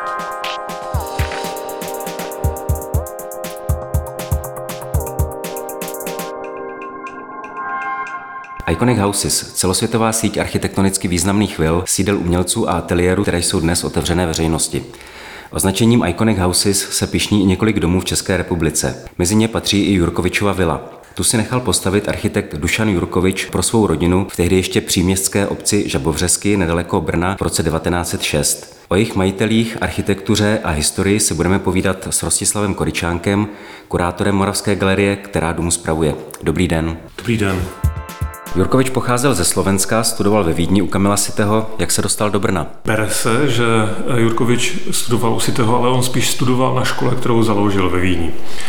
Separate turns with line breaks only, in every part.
Iconic Houses, celosvětová síť architektonicky významných vil, sídel umělců a ateliérů, které jsou dnes otevřené veřejnosti. Označením Iconic Houses se pyšní i několik domů v České republice. Mezi ně patří i Jurkovičova vila. Tu si nechal postavit architekt Dušan Jurkovič pro svou rodinu v tehdy ještě příměstské obci Žabovřesky nedaleko Brna v roce 1906. O jejich majitelích, architektuře a historii se budeme povídat s Rostislavem Koryčánkem, kurátorem Moravské galerie, která dům spravuje. Dobrý den.
Dobrý den.
Jurkovič pocházel ze Slovenska, studoval ve Vídni u Kamila Sitteho. Jak se dostal do Brna?
Bere se, že Jurkovič studoval u Sitteho, ale on spíš studoval na škole, kterou založil ve Vídni.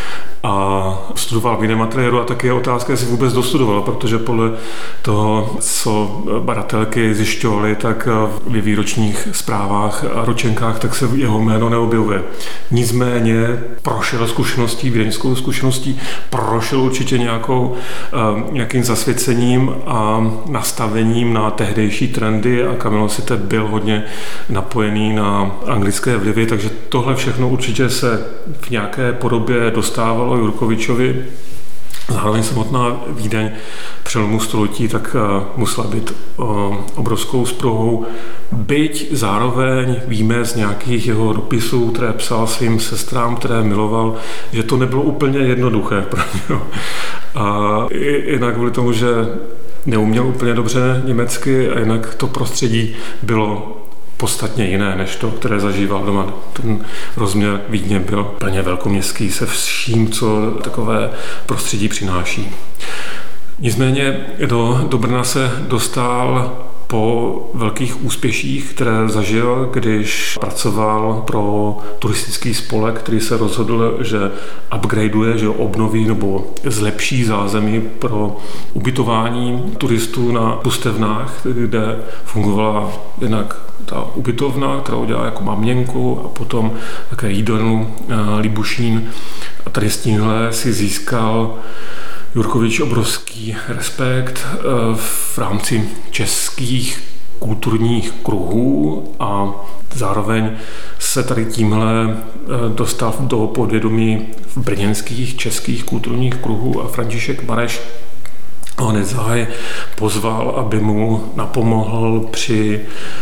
A studoval v jiném ateliéru a taky je otázka, jestli vůbec dostudoval, protože podle toho, co badatelky zjišťovaly, tak ve výročních zprávách a ročenkách, tak se jeho jméno neobjevuje. Nicméně prošel zkušeností, vídeňskou zkušeností, prošel určitě nějakým zasvěcením a nastavením na tehdejší trendy a Kamil Sitte byl hodně napojený na anglické vlivy, takže tohle všechno určitě se v nějaké podobě dostávalo Jurkovičovi. Zároveň samotná Vídeň přelomu století tak musela být obrovskou spruhou. Byť zároveň víme z nějakých jeho dopisů, které psal svým sestrám, které miloval, že to nebylo úplně jednoduché pro něho. A jinak kvůli tomu, že neuměl úplně dobře německy a jinak to prostředí bylo podstatně jiné, než to, které zažíval doma. Ten rozměr Vídně byl plně velkoměstský se vším, co takové prostředí přináší. Nicméně do Brna se dostal po velkých úspěších, které zažil, když pracoval pro turistický spolek, který se rozhodl, že upgradeuje, že obnoví nebo zlepší zázemí pro ubytování turistů na Pustevnách, kde fungovala jednak ta ubytovna, kterou dělala jako Maměnku a potom také jídelnu Libušín. A tady s tímhle si získal Jurkovič obrovský respekt v rámci českých kulturních kruhů a zároveň se tady tímhle dostal do podvědomí v brněnských českých kulturních kruhů a František Mareš ho nezáhy pozval, aby mu napomohl při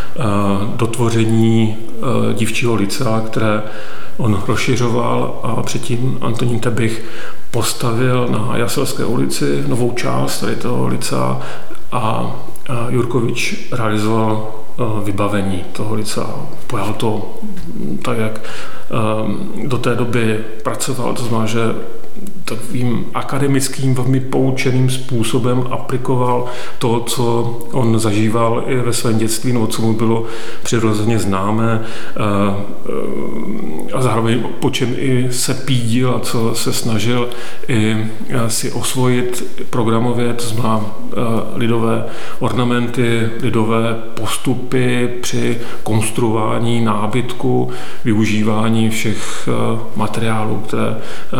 dotvoření dívčího licea, které on rozšiřoval a předtím Antonín Tebich postavil na Jaselské ulici novou část tady toho licea a Jurkovič realizoval vybavení toho licea. Pojal to tak, jak do té doby pracoval, to znamená, že takovým akademickým, velmi poučeným způsobem aplikoval to, co on zažíval i ve svém dětství, nebo co mu bylo přirozeně známé a zároveň po čem i se pídil a co se snažil i si osvojit programově, to znamená lidové ornamenty, lidové postupy při konstruování nábytku, využívání všech materiálů, které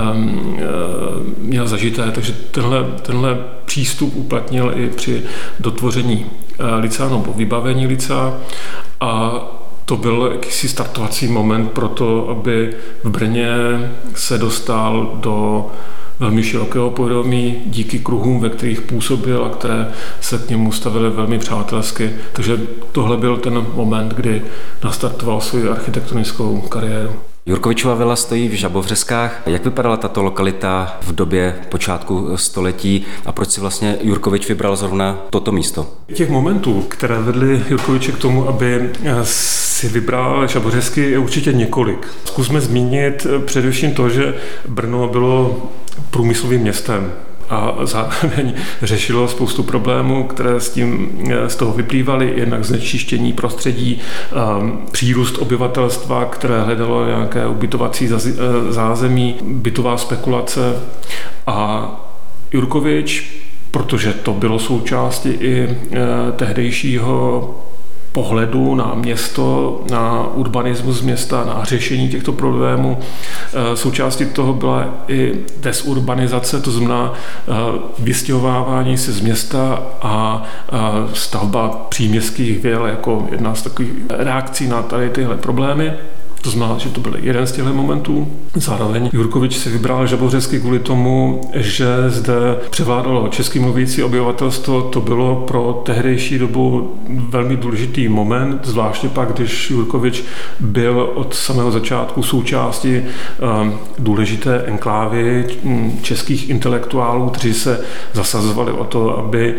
měl zažité, takže tenhle přístup uplatnil i při dotvoření licea nebo vybavení licea a to byl jakýsi startovací moment pro to, aby v Brně se dostal do velmi širokého povědomí díky kruhům, ve kterých působil a které se k němu stavily velmi přátelsky. Takže tohle byl ten moment, kdy nastartoval svou architektonickou kariéru. Jurkovičova vila stojí v Žabovřeskách. Jak vypadala tato lokalita v době počátku století a proč si vlastně Jurkovič vybral zrovna toto místo? Těch momentů, které vedly Jurkoviče k tomu, aby si vybral Žabovřesky, je určitě několik. Zkusme zmínit především to, že Brno bylo průmyslovým městem a zároveň řešilo spoustu problémů, které z toho vyplývaly, jednak znečištění prostředí, přírůst obyvatelstva, které hledalo nějaké ubytovací zázemí, bytová spekulace a Jurkovič, protože to bylo součástí i tehdejšího pohledu na město, na urbanismus města, na řešení těchto problémů. Součástí toho byla i desurbanizace, to znamená vystěhovávání se z města a stavba příměstských vil jako jedna z takových reakcí na tady tyhle problémy. To znamená, že to byl jeden z těchto momentů. Zároveň Jurkovič si vybral Žabořesky kvůli tomu, že zde převládalo český mluvící obyvatelstvo. To bylo pro tehdejší dobu velmi důležitý moment, zvláště pak, když Jurkovič byl od samého začátku součástí důležité enklávy českých intelektuálů, kteří se zasazovali o to, aby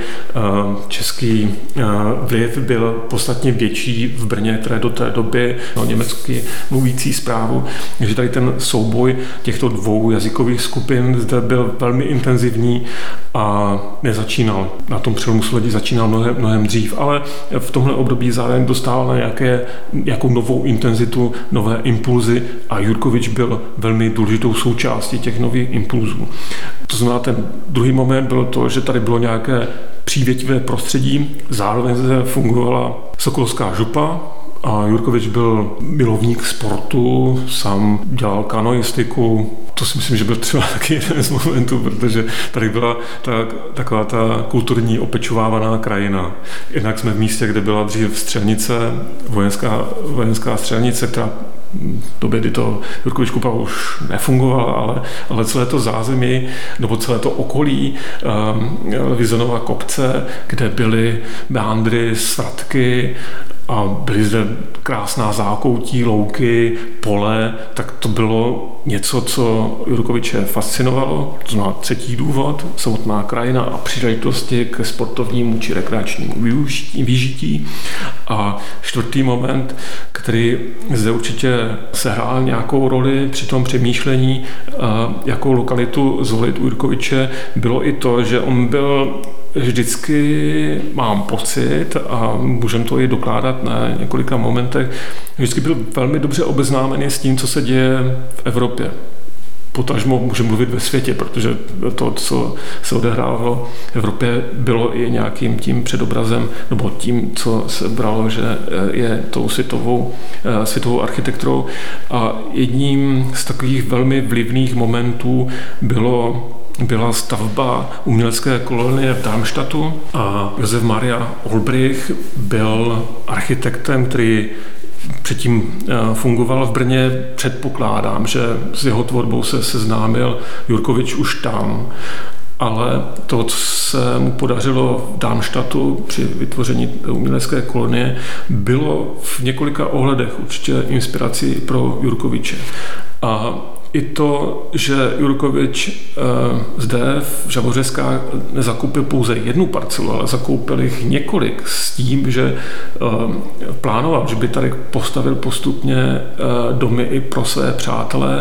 český vliv byl podstatně větší v Brně, které do té doby německy mluvící správu. Takže tady ten souboj těchto dvou jazykových skupin zde byl velmi intenzivní a nezačínal. Na tom přelomu století začínal mnohem dřív, ale v tomhle období zároveň dostával na nějakou novou intenzitu, nové impulzy a Jurkovič byl velmi důležitou součástí těch nových impulzů. To znamená, ten druhý moment bylo to, že tady bylo nějaké přívětivé prostředí, zároveň zde fungovala Sokolská župa, a Jurkovič byl milovník sportu, sám dělal kanoistiku. To si myslím, že byl třeba taky jeden z momentů, protože tady byla taková ta kulturní opečovávaná krajina. Jednak jsme v místě, kde byla dřív střelnice, vojenská střelnice, která v době, kdy to Jurkovič kupa už nefungovala, ale celé to zázemí, nebo celé to okolí Vizonova kopce, kde byly meandry, svratky a byly zde krásná zákoutí, louky, pole, tak to bylo něco, co Jurkoviče fascinovalo. To znamená třetí důvod, samotná krajina a příležitosti k sportovnímu či rekreačnímu využití. A čtvrtý moment, který zde určitě sehrál nějakou roli při tom přemýšlení, jakou lokalitu zvolit u Jurkoviče, bylo i to, že on byl vždycky, mám pocit, a můžeme to i dokládat na několika momentech, vždycky byl velmi dobře obeznámený s tím, co se děje v Evropě. Potažmo můžeme mluvit ve světě, protože to, co se odehrávalo v Evropě, bylo i nějakým tím předobrazem, nebo tím, co se bralo, že je tou světovou architekturou. A jedním z takových velmi vlivných momentů byla stavba umělecké kolonie v Darmstadtu a Josef Maria Olbrich byl architektem, který předtím fungoval v Brně. Předpokládám, že s jeho tvorbou se seznámil Jurkovič už tam, ale to, co se mu podařilo v Darmstadtu při vytvoření umělecké kolonie, bylo v několika ohledech určitě inspirací pro Jurkoviče. A i to, že Jurkovič zde v Žabořeskách nezakoupil pouze jednu parcelu, ale zakoupil jich několik s tím, že plánoval, že by tady postavil postupně domy i pro své přátelé,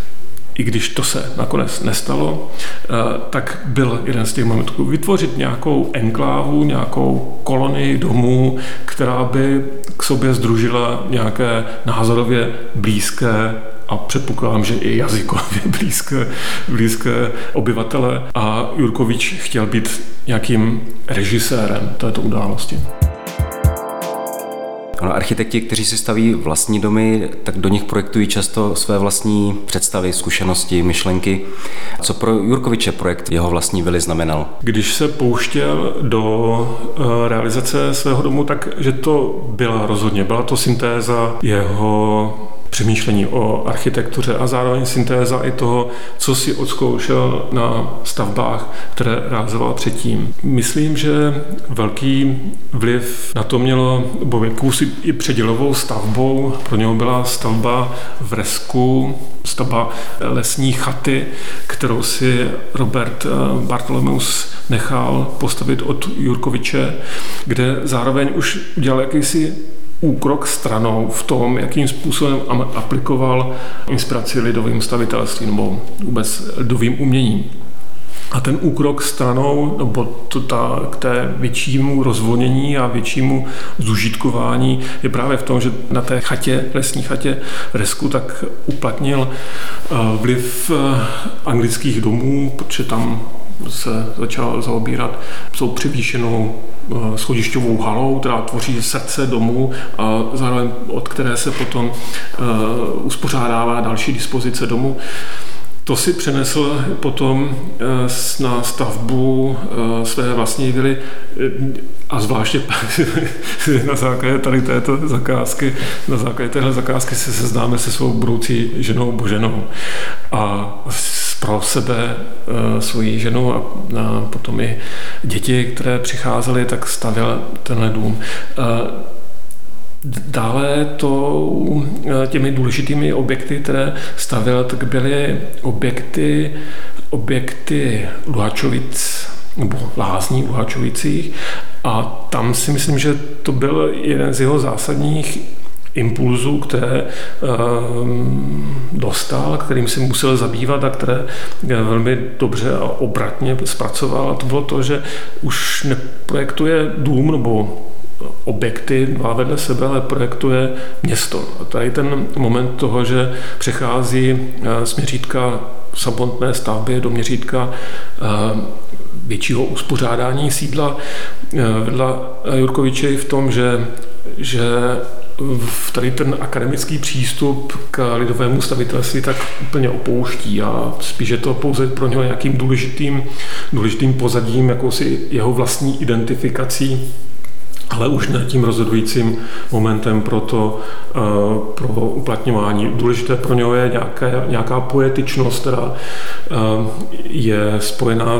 i když to se nakonec nestalo, tak byl jeden z těch momentů vytvořit nějakou enklávu, nějakou kolonii domů, která by k sobě sdružila nějaké názorově blízké a předpokládám, že i jazykově blízké obyvatele. A Jurkovič chtěl být nějakým režisérem této události.
No, architekti, kteří si staví vlastní domy, tak do nich projektují často své vlastní představy, zkušenosti, myšlenky. Co pro Jurkoviče projekt jeho vlastní vily znamenal?
Když se pouštěl do realizace svého domu, takže to byla to syntéza jeho přemýšlení o architektuře a zároveň syntéza i toho, co si odzkoušel na stavbách, které realizoval předtím. Myslím, že velký vliv na to mělo, bo jakousi i předělovou stavbou. Pro něho byla stavba v Resku, stavba lesní chaty, kterou si Robert Bartholomeus nechal postavit od Jurkoviče, kde zároveň už udělal jakýsi úkrok stranou v tom, jakým způsobem aplikoval inspiraci lidovým stavitelstvím nebo vůbec lidovým uměním. A ten úkrok stranou, nebo k té většímu rozvolnění a většímu zužitkování je právě v tom, že na té lesní chatě v Resku tak uplatnil vliv anglických domů, protože tam se začal zaobírat tou převýšenou schodišťovou halou, která tvoří srdce domu a zároveň od které se potom uspořádává další dispozice domu. To si přenesl potom na stavbu své vlastní vily a zvláště na základě tady této zakázky, na základě téhle zakázky se seznáme se svou budoucí ženou Boženou a pro sebe, svoji ženu a potom i děti, které přicházely, tak stavěl tenhle dům. Dále těmi důležitými objekty, které stavěl, tak byly objekty Luhačovic, nebo lázní v Luhačovicích, a tam si myslím, že to byl jeden z jeho zásadních impulzů, které dostal, kterým si musel zabývat a které velmi dobře a obratně zpracoval. A to bylo to, že už neprojektuje dům nebo objekty dva vedle sebe, ale projektuje město. A tady ten moment toho, že přechází z měřítka samotné stavby do měřítka většího uspořádání sídla, vedla Jurkoviče v tom, že tady ten akademický přístup k lidovému stavitelství tak úplně opouští a spíš je to pouze pro něho nějakým důležitým pozadím, jakousi jeho vlastní identifikací, ale už ne tím rozhodujícím momentem pro uplatňování. Důležité pro něho je nějaká poetičnost, která je spojená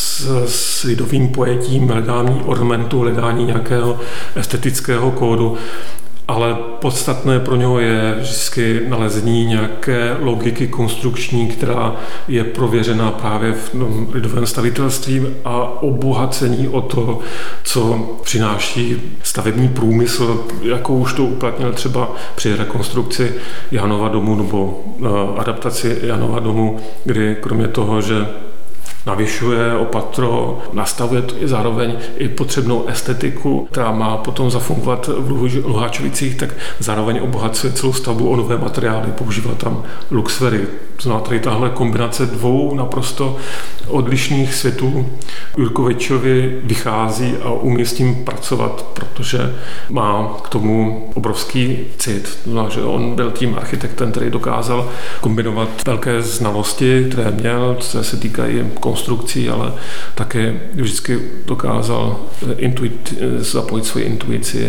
s lidovým pojetím, hledání ornamentu, hledání nějakého estetického kódu. Ale podstatné pro něho je vždycky nalezení nějaké logiky konstrukční, která je prověřená právě v lidovém stavitelství a obohacení o to, co přináší stavební průmysl, jakou už to uplatnil třeba při rekonstrukci Janova domu nebo adaptaci Janova domu, kdy kromě toho, že navyšuje opatro, nastavuje zároveň i potřebnou estetiku, která má potom zafungovat v Luhačovicích, tak zároveň obohacuje celou stavbu o nové materiály, používá tam luxvery. Znamená tady tahle kombinace dvou naprosto odlišných světů Jurkovičovi vychází a umí s tím pracovat, protože má k tomu obrovský cit. Znamená, že on byl tím architektem, který dokázal kombinovat velké znalosti, které měl, které se týkají konstrukcí, ale také vždycky dokázal zapojit svoji intuici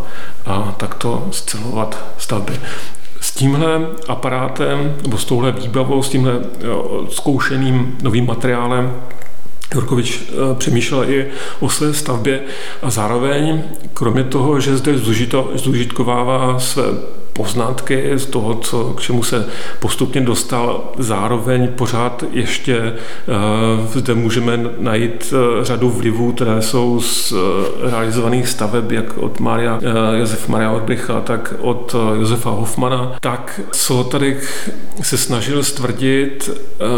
a takto scelovat stavby. S tímhle aparátem, nebo s touhle výbavou, s tímhle zkoušeným novým materiálem Jurkovič přemýšlel i o své stavbě a zároveň, kromě toho, že zde zužitkovává své poznatky z toho, k čemu se postupně dostal, zároveň pořád ještě zde můžeme najít řadu vlivů, které jsou z realizovaných staveb, jak od Josefa Maria Orbricha, tak od Josefa Hofmana. Tak co tady se snažil stvrdit,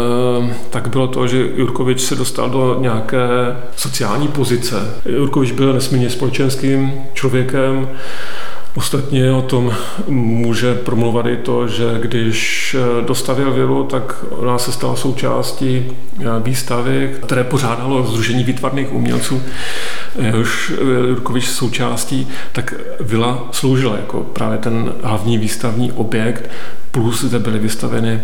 tak bylo to, že Jurkovič se dostal do nějaké sociální pozice. Jurkovič byl nesmírně společenským člověkem. Ostatně o tom může promluvat i to, že když dostavěl vilu, tak ona se stala součástí výstavy, které pořádalo Sdružení výtvarných umělců, jehož Jurkovič součástí, tak vila sloužila jako právě ten hlavní výstavní objekt, plus zde byly vystaveny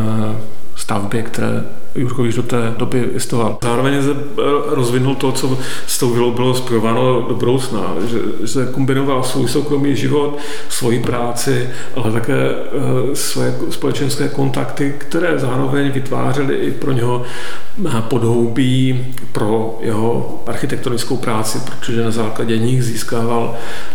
stavby, které Jurkovič do té doby vystoval. Zároveň se rozvinul to, co s tou vilou bylo spojováno do budoucna, že se kombinoval svůj soukromý život, svoji práci, ale také své společenské kontakty, které zároveň vytvářely i pro něho podhoubí pro jeho architektonickou práci, protože na základě nich získával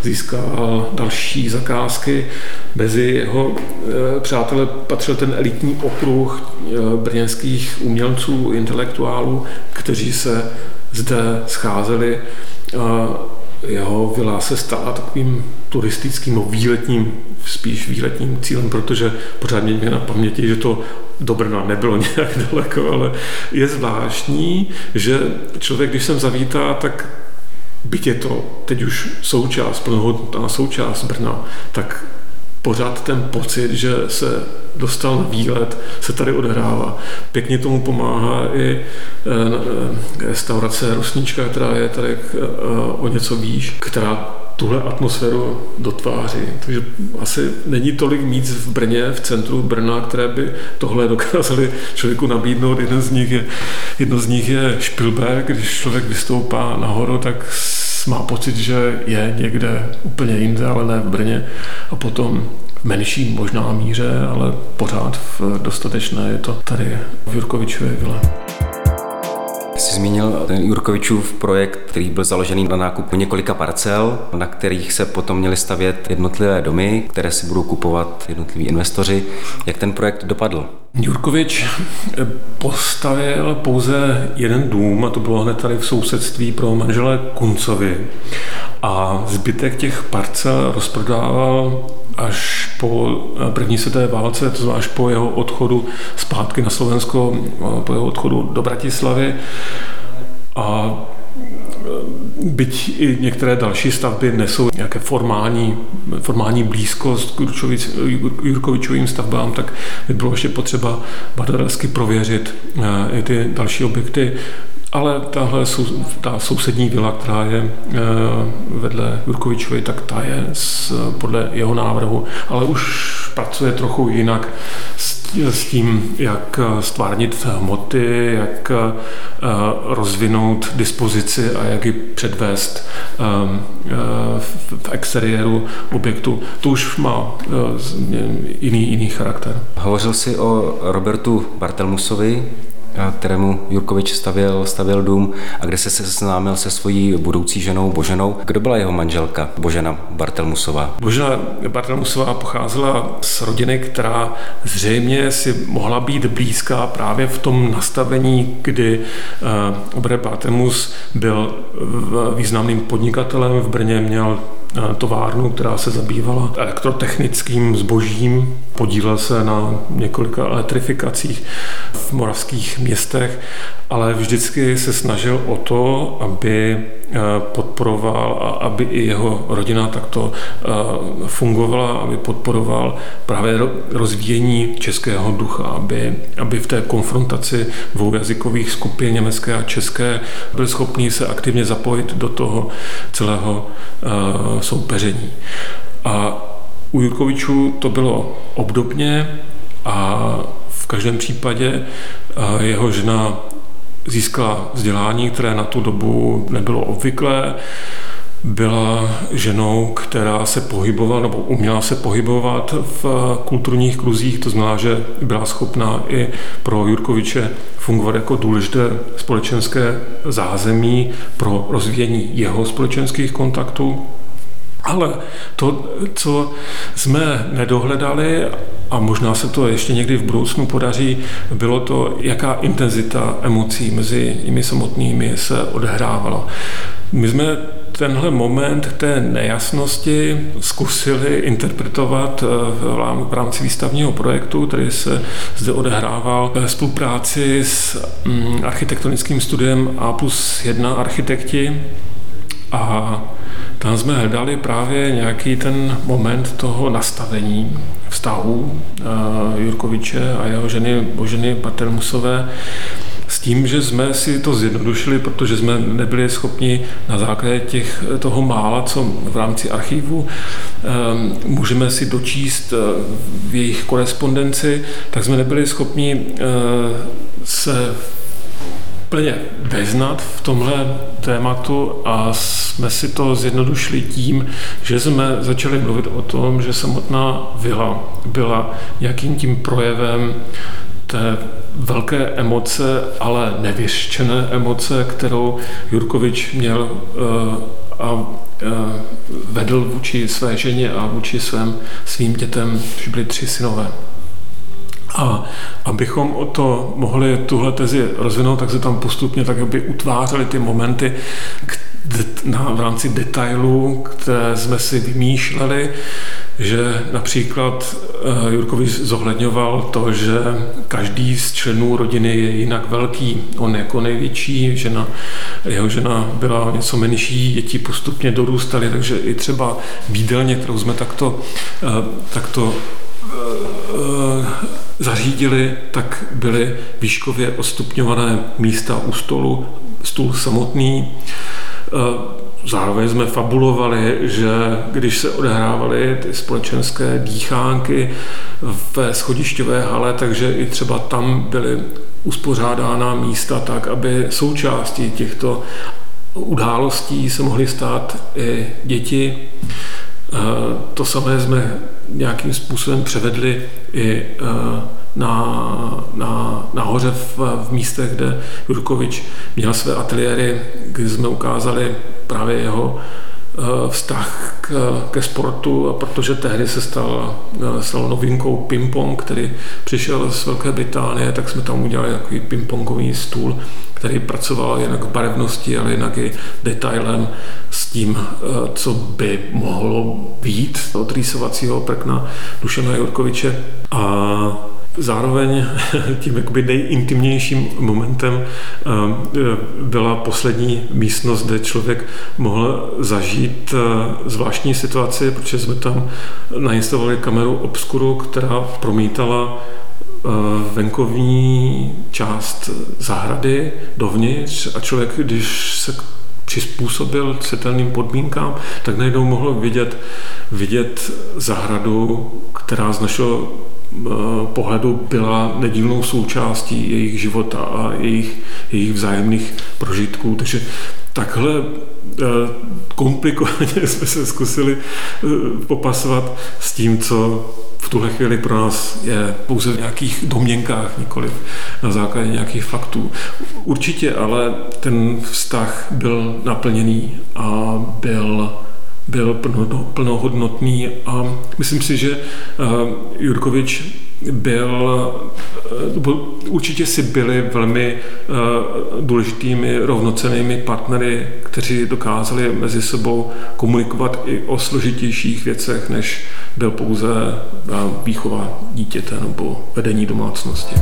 další zakázky. Mezi jeho přátele patřil ten elitní okruh brněnských umělců, intelektuálů, kteří se zde scházeli. Jeho vila se stala takovým turistickým, spíš výletním cílem, protože pořád mějme na paměti, že to do Brna nebylo nějak daleko, ale je zvláštní, že člověk, když sem zavítá, tak byť je to teď už plnohodnotná součást Brna, tak pořád ten pocit, že se dostal na výlet, se tady odehrává. Pěkně tomu pomáhá i restaurace Rosnička, která je tady o něco výš, která tuhle atmosféru dotváří. Takže asi není tolik míst v Brně, v centru Brna, které by tohle dokázali člověku nabídnout. Jedno z nich je Špilberk. Když člověk vystoupá nahoru, tak má pocit, že je někde úplně jinde, ale ne v Brně. A potom v menší možná míře, ale pořád v dostatečné je to tady v Jurkovičově vile.
Jsi zmínil ten Jurkovičův projekt, který byl založený na nákupu několika parcel, na kterých se potom měly stavět jednotlivé domy, které si budou kupovat jednotliví investoři. Jak ten projekt dopadl?
Jurkovič postavil pouze jeden dům, a to bylo hned tady v sousedství pro manželé Kuncovi. A zbytek těch parcel rozprodával až po první světové válce, to znamená až po jeho odchodu zpátky na Slovensko, po jeho odchodu do Bratislavy. A byť i některé další stavby nesou nějaké formální blízkost k Jurkovičovým stavbám, tak by bylo ještě potřeba badatelsky prověřit i ty další objekty. Ale ta sousední vila, která je vedle Jurkovičovy, tak ta je podle jeho návrhu, ale už pracuje trochu jinak s tím, jak stvárnit hmoty, jak rozvinout dispozici a jak ji předvést v exteriéru objektu. To už má jiný charakter.
Hovořil jsi o Robertu Bartelmusovi, kterému Jurkovič stavěl dům a kde se seznámil se svojí budoucí ženou Boženou. Kdo byla jeho manželka Božena Bartelmusová?
Božena Bartelmusová pocházela z rodiny, která zřejmě si mohla být blízká právě v tom nastavení, kdy Robert Bartelmus byl významným podnikatelem v Brně, měl továrnu, která se zabývala elektrotechnickým zbožím, podílel se na několika elektrifikacích v moravských městech, ale vždycky se snažil o to, aby podporoval a aby i jeho rodina takto fungovala, aby podporoval právě rozvíjení českého ducha, aby v té konfrontaci dvoujazykových skupin německé a české byl schopný se aktivně zapojit do toho celého soupeření. A u Jurkovičů to bylo obdobně a v každém případě jeho žena získala vzdělání, které na tu dobu nebylo obvyklé. Byla ženou, která se pohybovala nebo uměla se pohybovat v kulturních kruzích, to znamená, že byla schopná i pro Jurkoviče fungovat jako důležité společenské zázemí pro rozvíjení jeho společenských kontaktů. Ale to, co jsme nedohledali, a možná se to ještě někdy v budoucnu podaří, bylo to, jaká intenzita emocí mezi nimi samotnými se odehrávala. My jsme tenhle moment té nejasnosti zkusili interpretovat v rámci výstavního projektu, který se zde odehrával ve spolupráci s architektonickým studiem A+1 architekti. A tam jsme hledali právě nějaký ten moment toho nastavení vztahu Jurkoviče a jeho ženy Boženy Bartelmusové s tím, že jsme si to zjednodušili, protože jsme nebyli schopni na základě toho mála, co v rámci archivu můžeme si dočíst v jejich korespondenci, tak jsme nebyli schopni se plně vyznat v tomhle tématu a jsme si to zjednodušili tím, že jsme začali mluvit o tom, že samotná vila byla nějakým tím projevem té velké emoce, ale nevyřčené emoce, kterou Jurkovič měl a vedl vůči své ženě a vůči svým dětem, že byli 3 synové. A abychom o to mohli tuhle tezi rozvinout, tak se tam postupně tak by utvářely ty momenty v rámci detailů, které jsme si vymýšleli, že například Jurkovič zohledňoval to, že každý z členů rodiny je jinak velký. On jako největší, jeho žena byla něco menší, děti postupně dorůstaly, takže i třeba v jídelně, kterou jsme takto zařídili, tak byly výškově odstupňované místa u stolu, stůl samotný. Zároveň jsme fabulovali, že když se odehrávaly ty společenské dýchánky ve schodišťové hale, takže i třeba tam byly uspořádána místa tak, aby součástí těchto událostí se mohly stát i děti. To samé jsme nějakým způsobem převedli i nahoře v místech, kde Jurkovič měl své ateliéry, kdy jsme ukázali právě jeho vztah ke sportu, a protože tehdy se stal novinkou ping-pong, který přišel z Velké Británie, tak jsme tam udělali takový ping-pongový stůl, který pracoval jinak v barevnosti, ale jinak i detailem s tím, co by mohlo být od rýsovacího prkna Dušana Jurkoviče. A zároveň tím jakoby nejintimnějším momentem byla poslední místnost, kde člověk mohl zažít zvláštní situaci, protože jsme tam nainstalovali kameru obskuru, která promítala venkovní část zahrady dovnitř, a člověk, když se přizpůsobil světelným podmínkám, tak najednou mohl vidět zahradu, která z našeho pohledu byla nedílnou součástí jejich života a jejich vzájemných prožitků. Takže takhle komplikovaně jsme se zkusili popasovat s tím, co v tuhle chvíli pro nás je pouze v nějakých domněnkách, nikoliv na základě nějakých faktů. Určitě ale ten vztah byl naplněný a byl plnohodnotný, a myslím si, že Jurkovič určitě si byli velmi důležitými rovnocennými partnery, kteří dokázali mezi sebou komunikovat i o složitějších věcech, než byl pouze výchova dítěte nebo vedení domácnosti.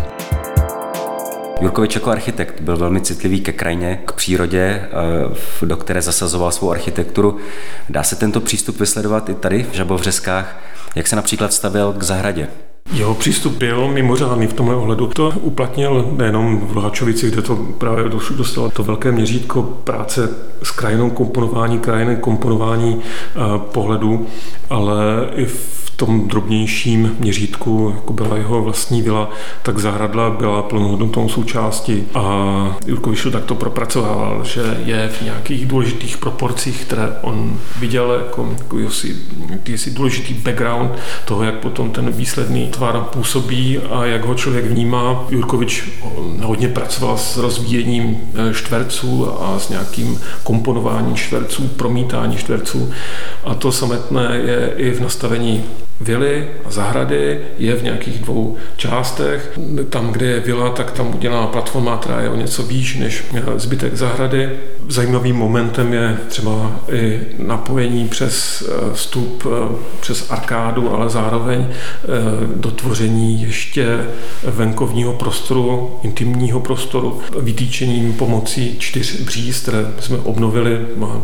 Jurkovič jako architekt byl velmi citlivý ke krajině, k přírodě, do které zasazoval svou architekturu. Dá se tento přístup vysledovat i tady v Žabovřeskách, jak se například stavěl k zahradě?
Jeho přístup byl mimořádný v tomhle ohledu. To uplatnil nejenom v Luhačovicích, kde to právě dostalo to velké měřítko práce s krajinou, komponování pohledu, ale i v tom drobnějším měřítku, jako byla jeho vlastní vila, tak zahrada byla plnohodnotnou součástí, a Jurkovič to takto propracovával, že je v nějakých důležitých proporcích, které on viděl jako jakýsi důležitý background toho, jak potom ten výsledný tvar působí a jak ho člověk vnímá. Jurkovič hodně pracoval s rozvíjením čtverců a s nějakým komponováním čtverců, promítání čtverců, a to samotné je i v nastavení vily a zahrady, je v nějakých dvou částech. Tam, kde je vila, tak tam udělaná platforma, která je o něco výš než zbytek zahrady. Zajímavým momentem je třeba i napojení přes vstup, přes arkádu, ale zároveň dotvoření ještě venkovního prostoru, intimního prostoru, vytýčením pomocí 4 bříz, které jsme obnovili,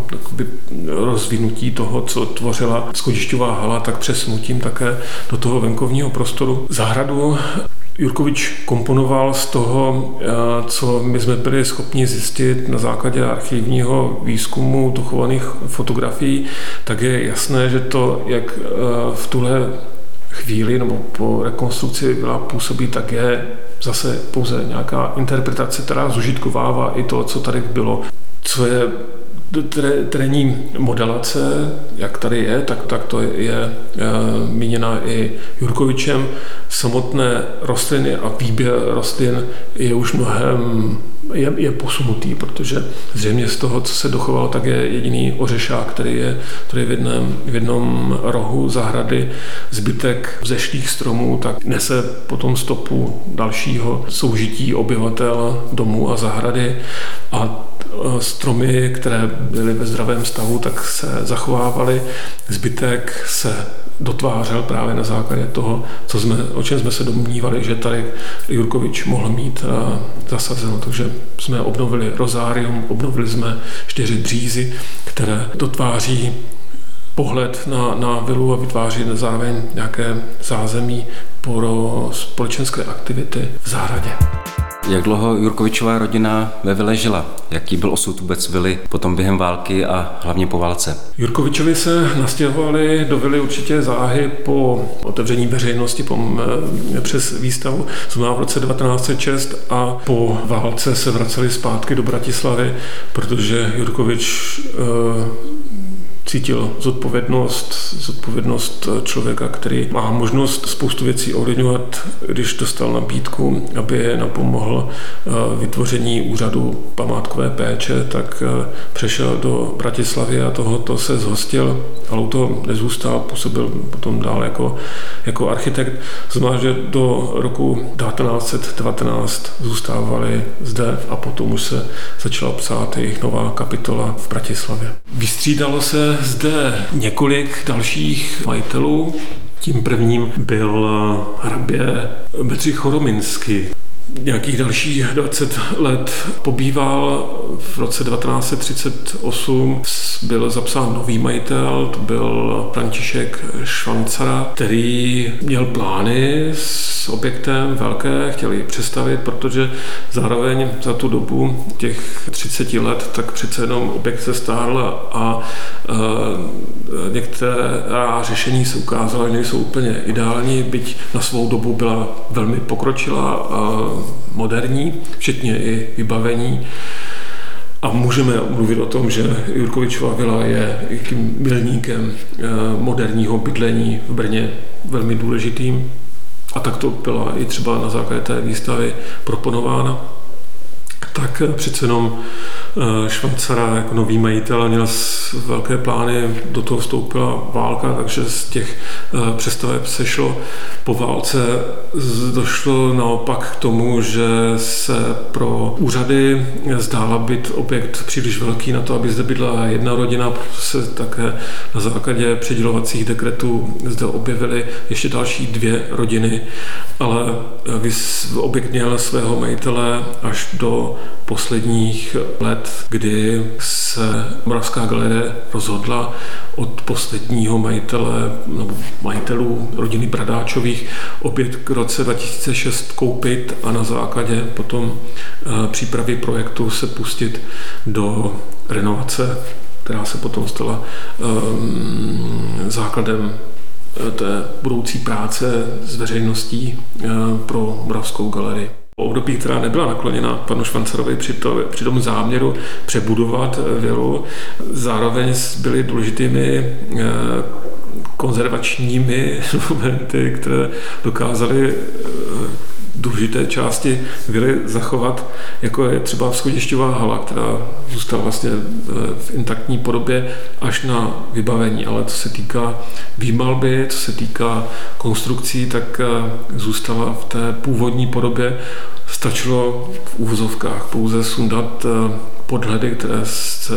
rozvinutí toho, co tvořila schodišťová hala, tak přesunutím také do toho venkovního prostoru. Zahradu Jurkovič komponoval z toho, co my jsme byli schopni zjistit na základě archivního výzkumu dochovaných fotografií, tak je jasné, že to, jak v tuhle chvíli nebo po rekonstrukci vila působí, tak je zase pouze nějaká interpretace, která zužitkovává i to, co tady bylo. Co je terénní modelace, jak tady je, tak to je míněna i Jurkovičem. Samotné rostliny a výběr rostlin je už mnohem je posunutý, protože zřejmě z toho, co se dochovalo, tak je jediný ořešák, který je v jednom rohu zahrady. Zbytek vzešlých stromů tak nese potom stopu dalšího soužití obyvatel domů a zahrady, a stromy, které byly ve zdravém stavu, tak se zachovávaly. Zbytek se dotvářel právě na základě toho, o čem jsme se domnívali, že tady Jurkovič mohl mít zasazeno. Takže jsme obnovili rozárium, obnovili jsme 4 břízy, které dotváří pohled na vilu a vytváří zároveň nějaké zázemí pro společenské aktivity v zahradě.
Jak dlouho Jurkovičova rodina ve vile žila? Jaký byl osud vůbec vily potom během války a hlavně po válce?
Jurkovičovi se nastěhovali do vily určitě záhy po otevření veřejnosti přes výstavu, znamená v roce 1906, a po válce se vraceli zpátky do Bratislavy, protože Jurkovič cítil zodpovědnost člověka, který má možnost spoustu věcí ovlivňovat, když dostal nabídku, aby napomohl vytvoření úřadu památkové péče, tak přešel do Bratislavy a tohoto se zhostil, ale u toho nezůstal, působil potom dál jako architekt. Znamená, že do roku 1919 zůstávali zde a potom už se začala psát jejich nová kapitola v Bratislavě. Vystřídalo se zde několik dalších majitelů. Tím prvním byl hrabě Bedřich Chorominský. Nějakých dalších 20 let pobýval. V roce 1938 byl zapsán nový majitel, to byl František Švancara, který měl plány s objektem velké, chtěl ji přestavět, protože zároveň za tu dobu těch 30 let tak přece jenom objekt se stárl a některá řešení se ukázala, že nejsou úplně ideální, byť na svou dobu byla velmi pokročilá a moderní, včetně i vybavení. A můžeme mluvit o tom, že Jurkovičova vila je tím milníkem moderního bydlení v Brně velmi důležitým. A tak to byla i třeba na základě té výstavy proponována. Tak přece jenom Švancara jako nový majitel měl velké plány, do toho vstoupila válka, takže z těch přestaveb se šlo. Po válce došlo naopak k tomu, že se pro úřady zdála být objekt příliš velký na to, aby zde bydlela jedna rodina, protože se také na základě předělovacích dekretů zde objevily ještě další 2 rodiny, ale objekt měl svého majitele až do posledních let, kdy se Moravská galerie rozhodla od posledního majitelů rodiny Bradáčových objekt k roce 2006 koupit a na základě potom přípravy projektu se pustit do renovace, která se potom stala základem té budoucí práce s veřejností pro Moravskou galerii. Období, která nebyla nakloněna panu Švancarovi při tom záměru přebudovat vilu, zároveň byly důležitými konzervačními momenty, které dokázaly důležité části vily zachovat, jako je třeba schodišťová hala, která zůstala vlastně v intaktní podobě až na vybavení, ale co se týká výmalby, co se týká konstrukcí, tak zůstala v té původní podobě. Stačilo v úvozovkách pouze sundat podhledy, které se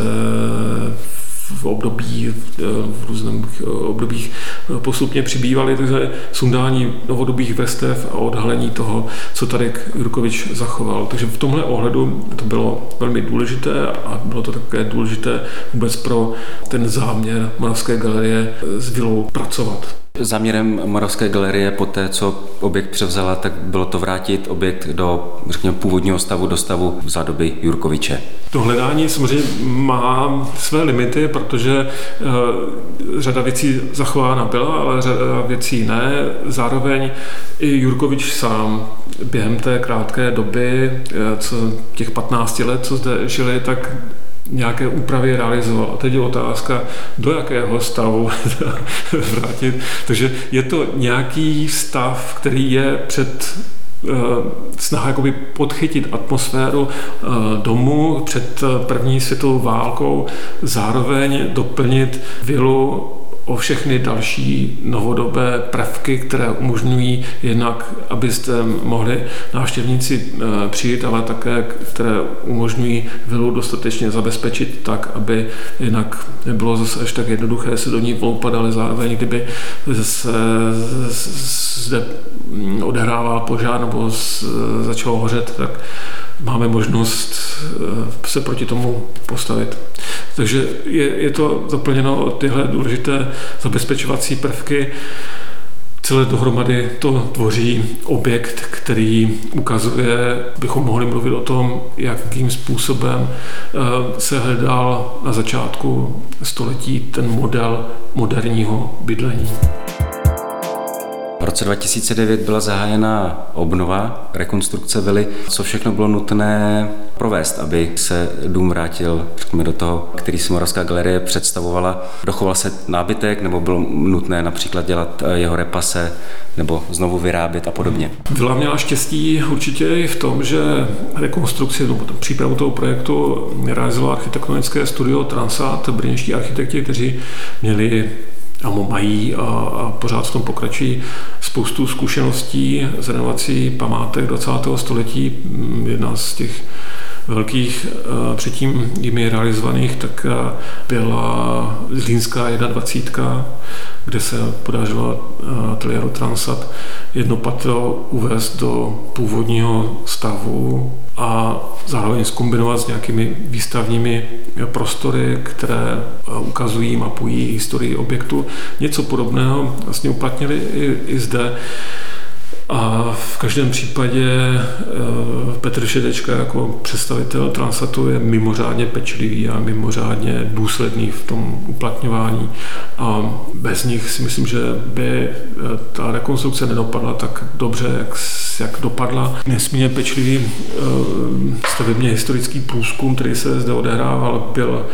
v různých obdobích postupně přibývaly, takže sundání novodobých vrstev a odhalení toho, co tady Jurkovič zachoval. Takže v tomhle ohledu to bylo velmi důležité a bylo to také důležité vůbec pro ten záměr Moravské galerie s vilou pracovat.
Záměrem Moravské galerie po té, co objekt převzala, tak bylo to vrátit objekt do, řekněme, původního stavu, do stavu za doby Jurkoviče.
To hledání samozřejmě má své limity, protože řada věcí zachována byla, ale řada věcí ne. Zároveň i Jurkovič sám během té krátké doby, těch 15 let, co zde žili, tak nějaké úpravy realizoval. A teď je otázka, do jakého stavu vrátit. Takže je to nějaký stav, který je před snaha jakoby podchytit atmosféru domu před první světovou válkou, zároveň doplnit vilu o všechny další novodobé prvky, které umožňují jednak, abyste mohli návštěvníci přijít, ale také, které umožňují vilu dostatečně zabezpečit tak, aby jinak nebylo zase až tak jednoduché se do ní vloupat, ale zároveň, kdyby se zde odehrával požár nebo začalo hořet, tak máme možnost se proti tomu postavit. Takže je to doplněno o tyhle důležité zabezpečovací prvky. celé dohromady to tvoří objekt, který ukazuje, bychom mohli mluvit o tom, jakým způsobem se hledal na začátku století ten model moderního bydlení.
V roce 2009 byla zahájena obnova, rekonstrukce vily. Co všechno bylo nutné provést, aby se dům vrátil, řekněme, do toho, který si Moravská galerie představovala? Dochoval se nábytek, nebo bylo nutné například dělat jeho repase, nebo znovu vyrábět a podobně?
Vila měla štěstí určitě i v tom, že rekonstrukci nebo přípravu toho projektu realizovalo architektonické studio Transat, brněnští architekti, kteří měli a mají a pořád v tom pokračují spoustu zkušeností z renovací památek 20. století. Jedna z těch velkých předtím jimi realizovaných tak byla Zlínská 21, kde se podařilo ateliéru Transat jedno patro uvést do původního stavu a zároveň zkombinovat s nějakými výstavními prostory, které ukazují, mapují historii objektu. Něco podobného vlastně uplatnili i zde. A v každém případě Petr Šedečka jako představitel Transatu je mimořádně pečlivý a mimořádně důsledný v tom uplatňování. A bez nich si myslím, že by ta rekonstrukce nedopadla tak dobře, jak dopadla. Nesmírně pečlivý stavebně historický průzkum, který se zde odehrával, byl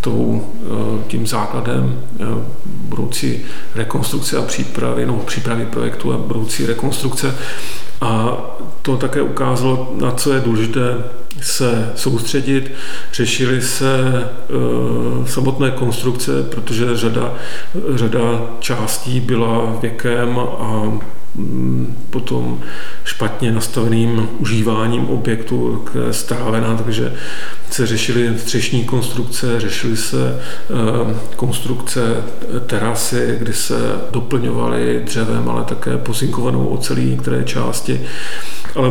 tím základem budoucí rekonstrukce a přípravy projektu a budoucí rekonstrukce. A to také ukázalo, na co je důležité se soustředit. Řešily se samotné konstrukce, protože řada částí byla věkem a potom špatně nastaveným užíváním objektu strávená, takže se řešily střešní konstrukce, řešily se konstrukce terasy, kdy se doplňovaly dřevem, ale také pozinkovanou ocelí některé části. Ale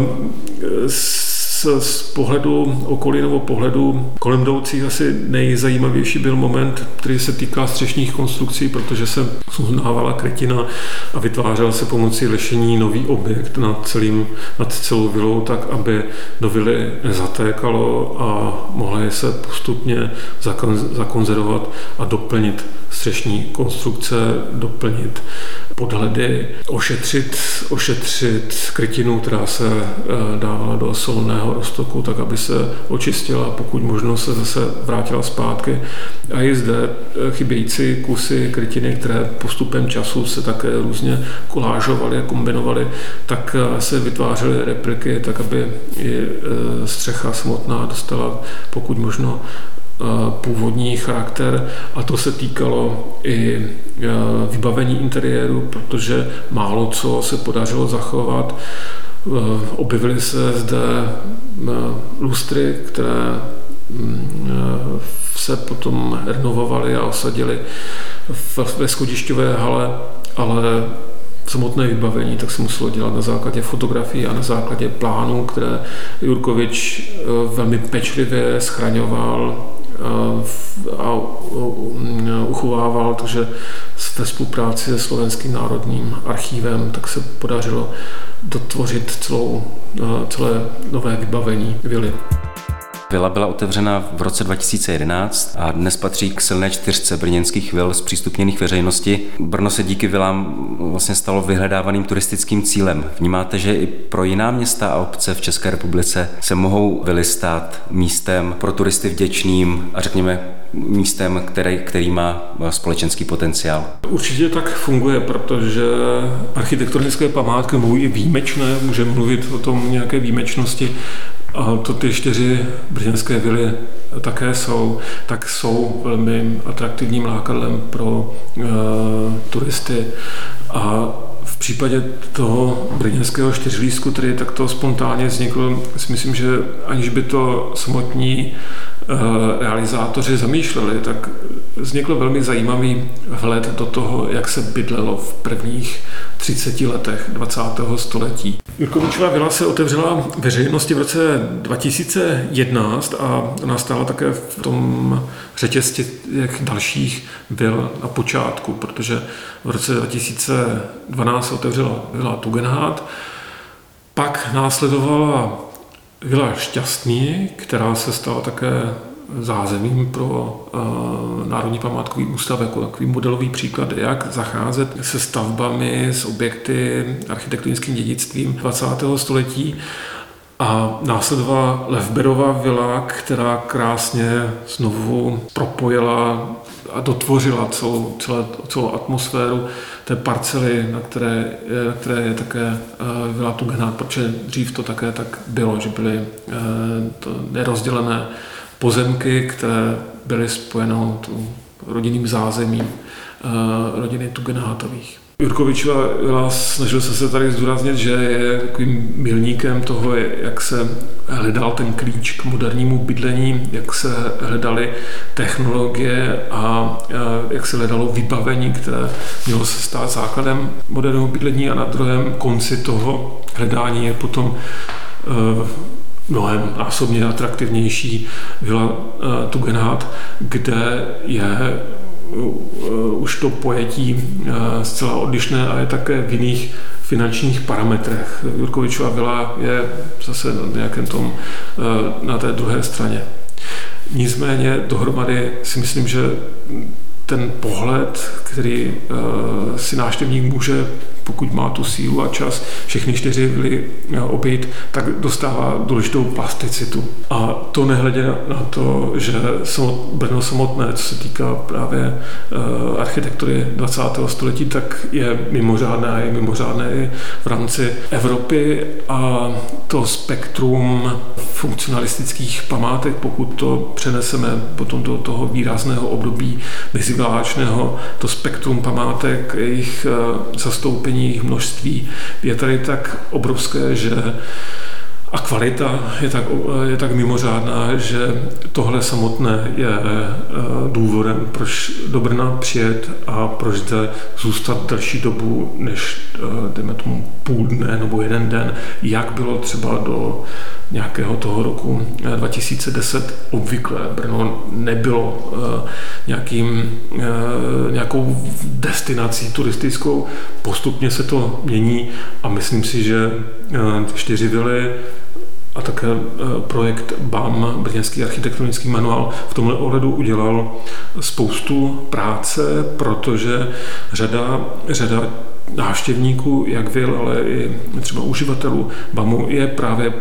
z pohledu okolí nebo pohledu kolem jdoucích asi nejzajímavější byl moment, který se týká střešních konstrukcí, protože se uznávala krytina a vytvářel se pomocí lešení nový objekt nad celou vilou, tak aby do vily nezatékalo a mohly se postupně zakonzervovat a doplnit střešní konstrukce, doplnit podhledy, ošetřit krytinu, která se dávala do solného roztoku, tak aby se očistila a pokud možno se zase vrátila zpátky. A i zde chybějící kusy krytiny, které postupem času se také různě kolážovaly a kombinovaly, tak se vytvářely repliky, tak aby i střecha samotná dostala pokud možno původní charakter, a to se týkalo i vybavení interiéru, protože málo co se podařilo zachovat. Objevily se zde lustry, které se potom renovovaly a osadily ve schodišťové hale, ale samotné vybavení tak se muselo dělat na základě fotografií a na základě plánů, které Jurkovič velmi pečlivě schraňoval a uchovával, takže ve spolupráci se Slovenským národním archívem tak se podařilo dotvořit celé nové vybavení vily.
Vila byla otevřena v roce 2011 a dnes patří k silné čtyřce brněnských vil zpřístupněných veřejnosti. Brno se díky vilám vlastně stalo vyhledávaným turistickým cílem. Vnímáte, že i pro jiná města a obce v České republice se mohou vily stát místem pro turisty vděčným a řekněme místem, který má společenský potenciál?
Určitě tak funguje, protože architektonické památky mohou i výjimečné, můžeme mluvit o tom nějaké výjimečnosti, a to ty 4 brněnské vily také jsou velmi atraktivním lákadlem pro turisty. A v případě toho brněnského čtyřlístku, který takto spontánně vznikl, si myslím, že aniž by to samotní realizátoři zamýšleli, tak vznikl velmi zajímavý vhled do toho, jak se bydlelo v prvních 30 letech 20. století. Jurkovičova vila se otevřela veřejnosti v roce 2011 a ona stála také v tom řetězci těch dalších vil na počátku, protože v roce 2012 se otevřela vila Tugendhat, pak následovala vila Šťastný, která se stala také zázemím pro Národní památkový ústav jako takový modelový příklad, jak zacházet se stavbami, s objekty, architektonickým dědictvím 20. století. A následovala Levberova vila, která krásně znovu propojila a dotvořila celou atmosféru té parcely, na které je také vila Tugendhat, protože dřív to také tak bylo, že byly to nerozdělené pozemky, které byly spojeno rodinným zázemím rodiny Tugendhatových. Jurkovičova snažil se tady zdůraznit, že je takovým milníkem toho, jak se hledal ten klíč k modernímu bydlení, jak se hledaly technologie a jak se hledalo vybavení, které mělo se stát základem moderního bydlení, a na druhém konci toho hledání je potom mnohem násobně atraktivnější vila Tugendhat, kde je už to pojetí zcela odlišné a je také v jiných finančních parametrech. Jurkovičova vila je zase na té druhé straně. Nicméně dohromady si myslím, že ten pohled, který si návštěvník může, pokud má tu sílu a čas, všechny 4 vily obejít, tak dostává důležitou plasticitu. A to nehledě na to, že Brno samotné, co se týká právě architektury 20. století, tak je mimořádné i v rámci Evropy, a to spektrum funkcionalistických památek, pokud to přeneseme potom do toho výrazného období meziválečného, to spektrum památek, jejich zastoupení, jejich množství je tady tak obrovské, že a kvalita je tak mimořádná, že tohle samotné je důvodem, proč do Brna přijet a proč zde zůstat delší dobu, než dejme tomu půl dne nebo jeden den, jak bylo třeba do nějakého toho roku 2010 obvyklé. Brno nebylo nějakou destinací turistickou. Postupně se to mění a myslím si, že 4 vily a také projekt BAM, Brněnský architektonický manuál, v tomhle ohledu udělal spoustu práce, protože řada návštěvníků, jak vil, ale i třeba uživatelů BAMu je právě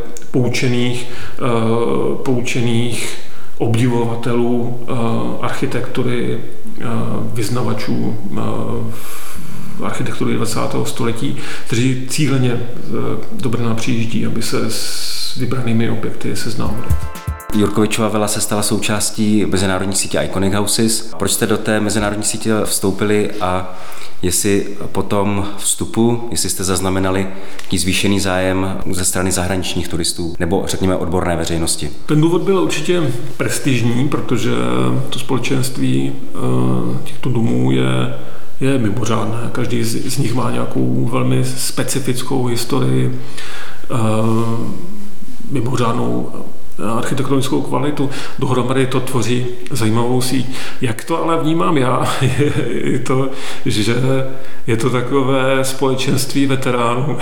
poučených obdivovatelů architektury, vyznavačů architektury 20. století, kteří cíleně do Brna přijíždí, aby se s vybranými objekty seznámili.
Jurkovičova vila se stala součástí mezinárodní sítě Iconic Houses. Proč jste do té mezinárodní sítě vstoupili a jestli po tom vstupu, jestli jste zaznamenali nějaký zvýšený zájem ze strany zahraničních turistů nebo řekněme odborné veřejnosti?
Ten důvod byl určitě prestižní, protože to společenství těchto domů je mimořádné. Každý z nich má nějakou velmi specifickou historii, mimořádnou architektonickou kvalitu. Dohromady to tvoří zajímavou síť. Jak to ale vnímám já, je to, že je to takové společenství veteránů.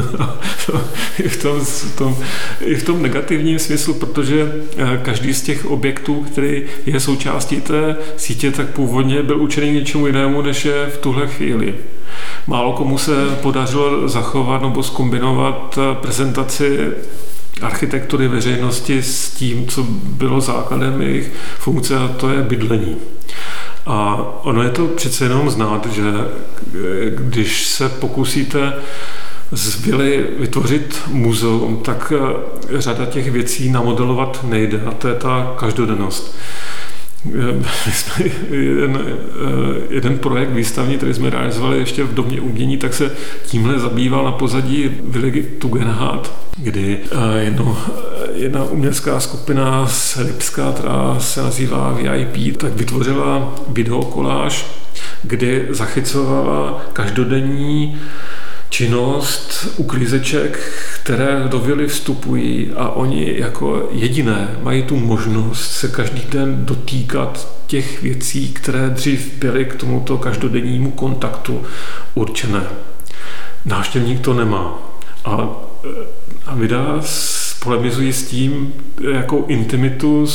I v tom negativním smyslu, protože každý z těch objektů, který je součástí té sítě, tak původně byl určený něčemu jinému, než je v tuhle chvíli. Málo komu se podařilo zachovat nebo zkombinovat prezentaci architektury veřejnosti s tím, co bylo základem jejich funkce, a to je bydlení. A ono je to přece jenom znát, že když se pokusíte z vily vytvořit muzeum, tak řada těch věcí namodelovat nejde, a to je ta každodennost. My jsme jeden projekt výstavní, který jsme realizovali ještě v Domě umění, tak se tímhle zabýval na pozadí vily Tugendhat, kdy jedna umělecká skupina z Lipska, která se nazývá VIP, tak vytvořila videokoláž, kdy zachycovala každodenní činnost uklízeček, které do vily vstupují a oni jako jediné mají tu možnost se každý den dotýkat těch věcí, které dřív byly k tomuto každodennímu kontaktu určené. Návštěvník to nemá. A videa polemizují s tím, jakou intimitu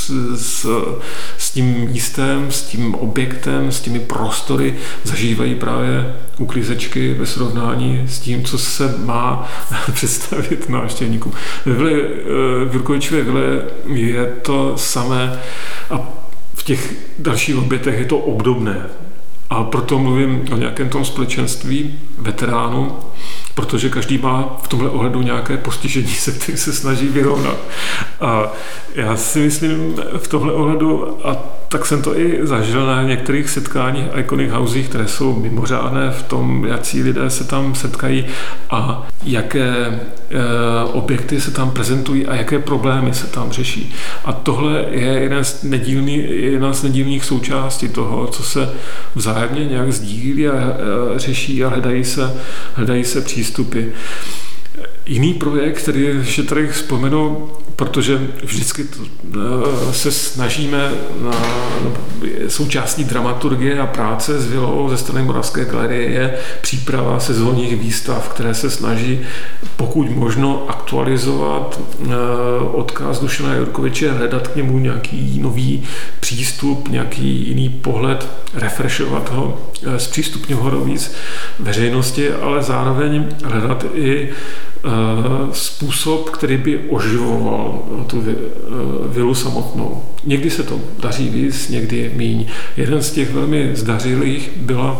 s tím místem, s tím objektem, s těmi prostory zažívají právě uklízečky ve srovnání s tím, co se má představit návštěvníkům. V Jurkovičově vile je to samé a v těch dalších obětech je to obdobné. A proto mluvím o nějakém tom společenství veteránů, protože každý má v tomhle ohledu nějaké postižení, se kterým se snaží vyrovnat. A já si myslím v tomhle ohledu, a tak jsem to i zažil na některých setkáních Iconic Housech, které jsou mimořádné v tom, jací lidé se tam setkají a jaké objekty se tam prezentují a jaké problémy se tam řeší. A tohle je jedna z nedílných součástí toho, co se vzájemně nějak sdílí a řeší a hledají se přístupy. Jiný projekt, který ještě tady vzpomenu, protože vždycky se snažíme součástí dramaturgie a práce s vilou ze strany Moravské galerie je příprava sezónních výstav, které se snaží pokud možno aktualizovat odkaz Dušana Jurkoviče, hledat k němu nějaký nový přístup, nějaký jiný pohled, refreshovat ho, zpřístupňovat ho víc veřejnosti, ale zároveň hledat i způsob, který by oživoval tu vilu samotnou. Někdy se to daří víc, někdy míň. Jeden z těch velmi zdařilých byla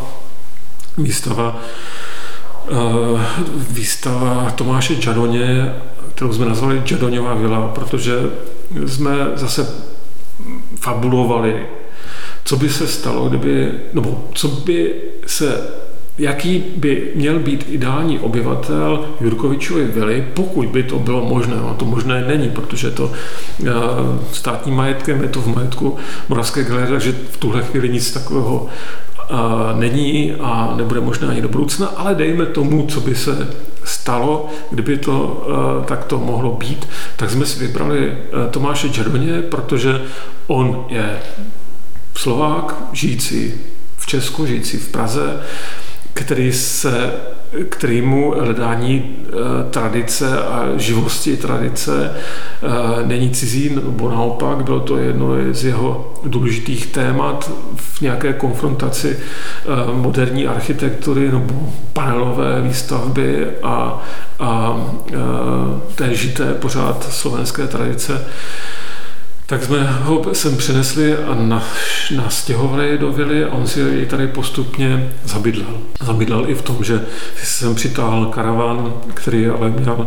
výstava Tomáše Džadoně, kterou jsme nazvali Džadoňová vila, protože jsme zase fabulovali, co by se stalo, jaký by měl být ideální obyvatel Jurkovičovy vily, pokud by to bylo možné. No, to možné není, protože to státním majetkem, je to v majetku Moravské galerie, takže v tuhle chvíli nic takového není a nebude možné ani do budoucna, ale dejme tomu, co by se stalo, kdyby to takto mohlo být, tak jsme si vybrali Tomáše Džadoně, protože on je Slovák, žijící v Česku, žijící v Praze, kterýmu hledání tradice a živosti tradice není cizí, nebo naopak, bylo to jedno z jeho důležitých témat v nějaké konfrontaci moderní architektury nebo panelové výstavby a té žité pořád slovenské tradice. Tak jsme ho sem přinesli a nastěhovali do vily a on si ji tady postupně zabydlel. Zabydlel i v tom, že jsem přitáhl karavan, který ale měl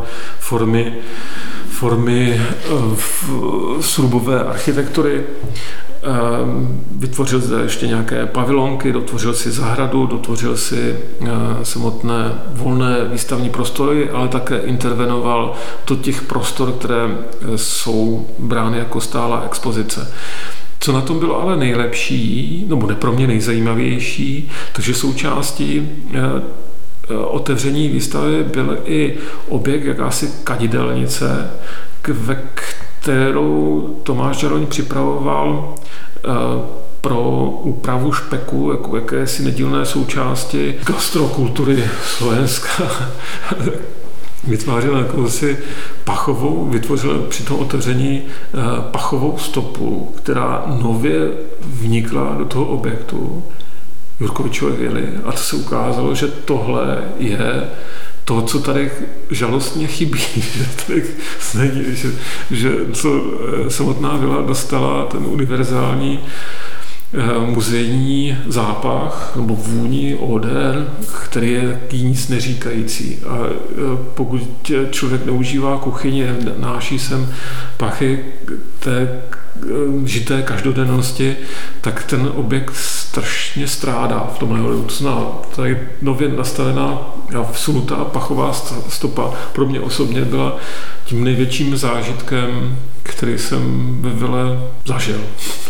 formy srubové architektury. Vytvořil zde ještě nějaké pavilonky, dotvořil si zahradu, dotvořil si samotné volné výstavní prostory, ale také intervenoval do těch prostor, které jsou brány jako stálá expozice. Co na tom bylo ale nejlepší, nebo pro mě nejzajímavější, takže součástí otevření výstavy byl i objekt, jakási kadidelnice, ve kterou Tomáš Džadoň připravoval pro úpravu špeku, jako jakési nedílné součásti gastrokultury Slovenska. Vytvářel jakousi vytvořil při tom otevření pachovou stopu, která nově vnikla do toho objektu Jurkovičové vily. A to se ukázalo, že tohle je to, co tady žalostně chybí, že co samotná vila dostala ten univerzální muzejní zápach nebo vůni, odér, který je nic neříkající. A pokud člověk neužívá kuchyně, náší sem pachy té žité každodennosti, tak ten objekt strašně strádá v tomhle ohledu. To znamená, tady nově nastavená a vsunutá pachová stopa pro mě osobně byla tím největším zážitkem, který jsem ve vile zažil.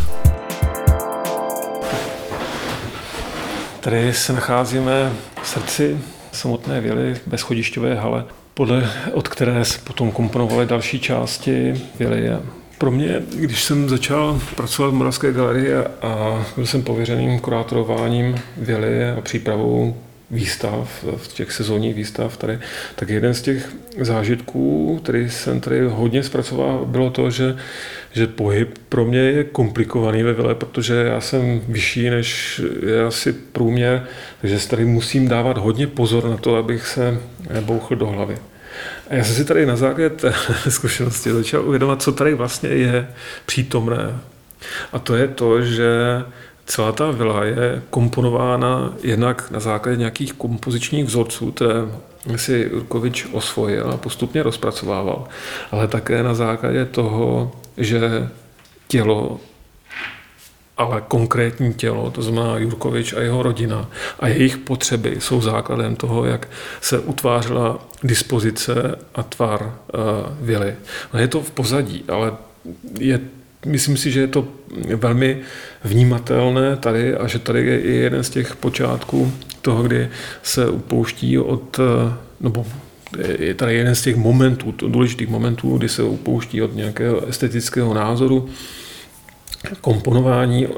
Tady se nacházíme v srdci samotné vily, ve schodišťové hale, od které se potom komponovaly další části vily. Pro mě, když jsem začal pracovat v Moravské galerii a byl jsem pověřeným kurátorováním vily a přípravou výstav, v těch sezónních výstav tady, tak jeden z těch zážitků, který jsem tady hodně zpracoval, bylo to, že pohyb pro mě je komplikovaný ve vile, protože já jsem vyšší než je asi průměr, takže si tady musím dávat hodně pozor na to, abych se nebouchl do hlavy. A já jsem si tady na základě té zkušenosti začal uvědomovat, co tady vlastně je přítomné. A to je to, že celá ta vila je komponována jednak na základě nějakých kompozičních vzorců, které si Jurkovič osvojil a postupně rozpracovával, ale také na základě toho, že tělo, ale konkrétní tělo, to znamená Jurkovič a jeho rodina a jejich potřeby jsou základem toho, jak se utvářela dispozice a tvar vily. No je to v pozadí, ale myslím si, že je to velmi vnímatelné tady a že tady je i jeden z těch počátků toho, kdy se upouští nebo je tady jeden z těch momentů, důležitých momentů, kdy se upouští od nějakého estetického názoru, komponování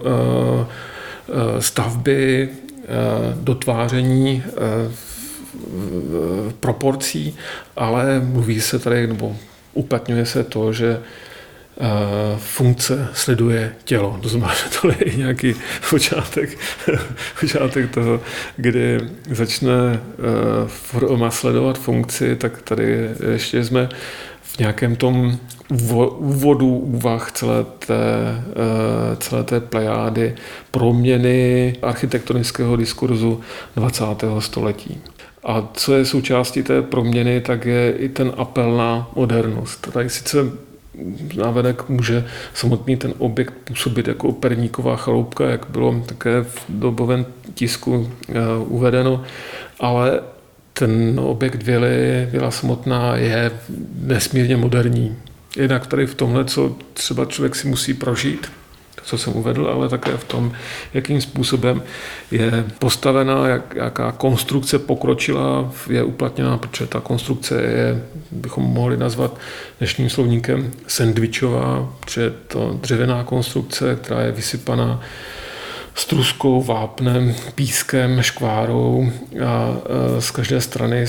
stavby, dotváření proporcí, ale mluví se tady, nebo uplatňuje se to, že funkce sleduje tělo. To znamená, že tohle je nějaký počátek toho, kdy začne forma sledovat funkci, tak tady ještě jsme v nějakém tom úvodu úvah celé té plejády proměny architektonického diskurzu 20. století. A co je součástí té proměny, tak je i ten apel na modernost. Tady sice návenek může samotný ten objekt působit jako perníková chaloupka, jak bylo také v dobovém tisku uvedeno, ale ten objekt vila samotná je nesmírně moderní. Jednak tady v tomhle, co třeba člověk si musí prožít, to, co jsem uvedl, ale také v tom, jakým způsobem je postavená, jaká konstrukce pokročila, je uplatněná, protože ta konstrukce je, bychom mohli nazvat dnešním slovníkem sandwichová, protože je to dřevěná konstrukce, která je vysypaná struskou, vápnem, pískem, škvárou a z každé strany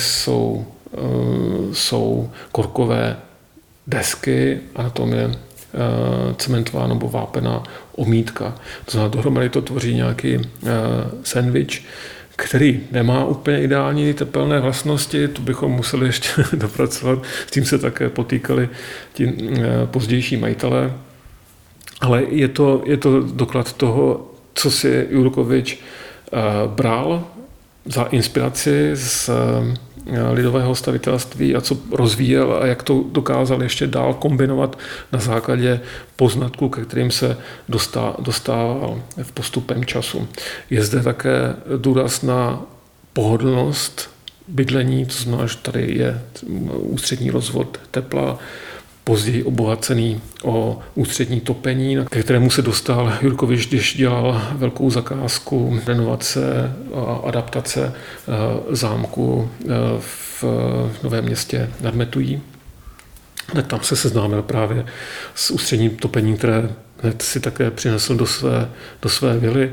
jsou korkové desky a na tom je cementová nebo vápená omítka. To znamená, dohromady to tvoří nějaký sandwich, který nemá úplně ideální tepelné vlastnosti, to bychom museli ještě dopracovat, s tím se také potýkali ti pozdější majitelé, ale je to doklad toho, co si Jurkovič bral za inspiraci z lidového stavitelství a co rozvíjel a jak to dokázal ještě dál kombinovat na základě poznatků, ke kterým se dostával v postupem času. Je zde také důraz na pohodlnost bydlení, to znamená, že tady je ústřední rozvod tepla, později obohacený o ústřední topení, ke kterému se dostal Jurkovič, když dělal velkou zakázku renovace a adaptace zámku v Novém Městě nad Metují. Tam se seznámil právě s ústředním topením, které hned si také přinesl do své vily.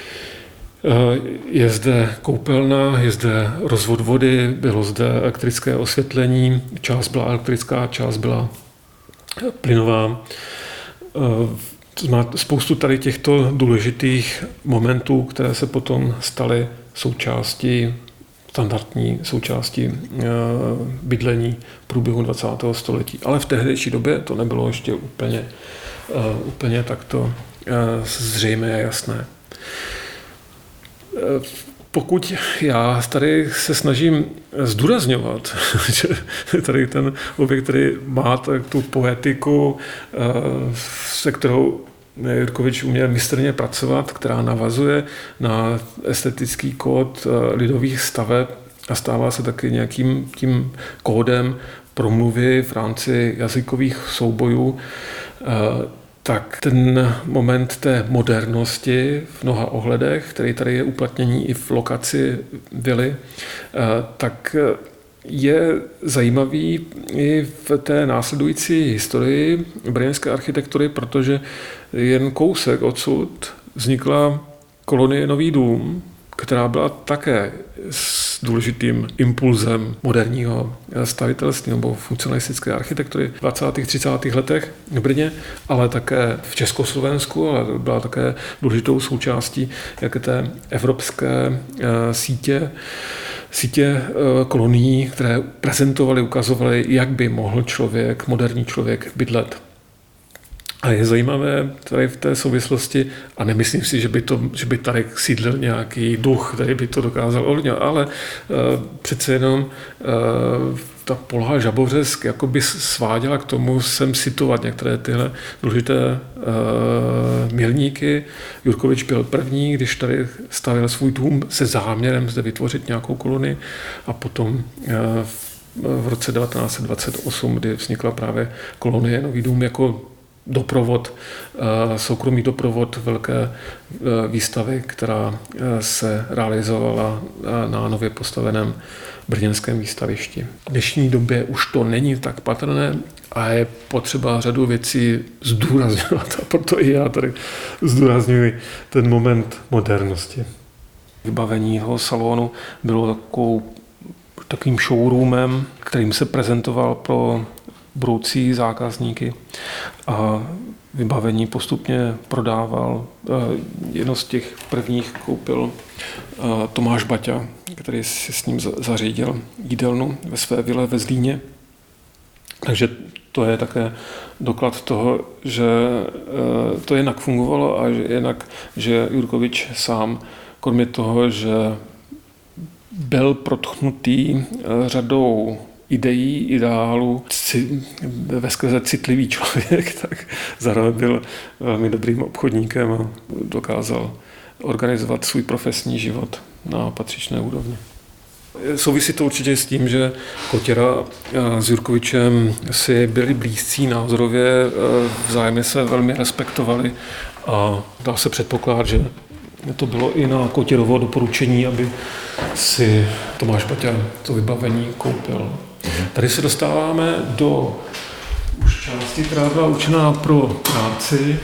Je zde koupelna, je zde rozvod vody, bylo zde elektrické osvětlení, část byla elektrická, část byla plynová. Má spoustu tady těchto důležitých momentů, které se potom staly standardní součástí bydlení v průběhu 20. století. Ale v tehdejší době to nebylo ještě úplně takto zřejmé a jasné. Pokud já tady se snažím zdůrazňovat, že tady ten objekt, který má tu poetiku, se kterou Jurkovič uměl mistrně pracovat, která navazuje na estetický kód lidových staveb a stává se taky nějakým tím kódem promluvy v rámci jazykových soubojů, tak ten moment té modernosti v mnoha ohledech, který tady je uplatnění i v lokaci vily, tak je zajímavý i v té následující historii brněnské architektury, protože jen kousek odsud vznikla kolonie Nový dům, která byla také s důležitým impulzem moderního stavitelství nebo funkcionalistické architektury v 20. 30. letech v Brně, ale také v Československu, ale byla také důležitou součástí jaké té evropské sítě kolonií, které prezentovaly, ukazovaly, jak by mohl člověk, moderní člověk, bydlet. A je zajímavé tady v té souvislosti, a nemyslím si, že by tady sídlil nějaký duch, který by to dokázal ovlivnit, ale přece jenom ta poloha Žabořesk jako by sváděla k tomu sem situovat některé tyhle důležité milníky. Jurkovič byl první, když tady stavěl svůj dům se záměrem zde vytvořit nějakou kolonii a potom v roce 1928, kdy vznikla právě kolonie Nový dům jako doprovod, soukromý doprovod velké výstavy, která se realizovala na nově postaveném brněnském výstavišti. V dnešní době už to není tak patrné a je potřeba řadu věcí zdůrazňovat a proto i já tady zdůrazňuji ten moment modernosti. Vybavení toho salonu bylo takovým showroomem, kterým se prezentoval pro budoucí zákazníky a vybavení postupně prodával. Jedno z těch prvních koupil Tomáš Baťa, který si s ním zařídil jídelnu ve své vile ve Zlíně. Takže to je také doklad toho, že to jinak fungovalo a že Jurkovič sám, kromě toho, že byl protchnutý řadou ideí, ideálů, veskrze citlivý člověk, tak zároveň byl velmi dobrým obchodníkem a dokázal organizovat svůj profesní život na patřičné úrovni. Souvisí to určitě s tím, že Kotěra s Jurkovičem si byli blízcí názorově, vzájemně se velmi respektovali a dá se předpokládat, že to bylo i na Kotěrovo doporučení, aby si Tomáš Baťa to vybavení koupil. Tady se dostáváme do už části, která byla určená pro práci.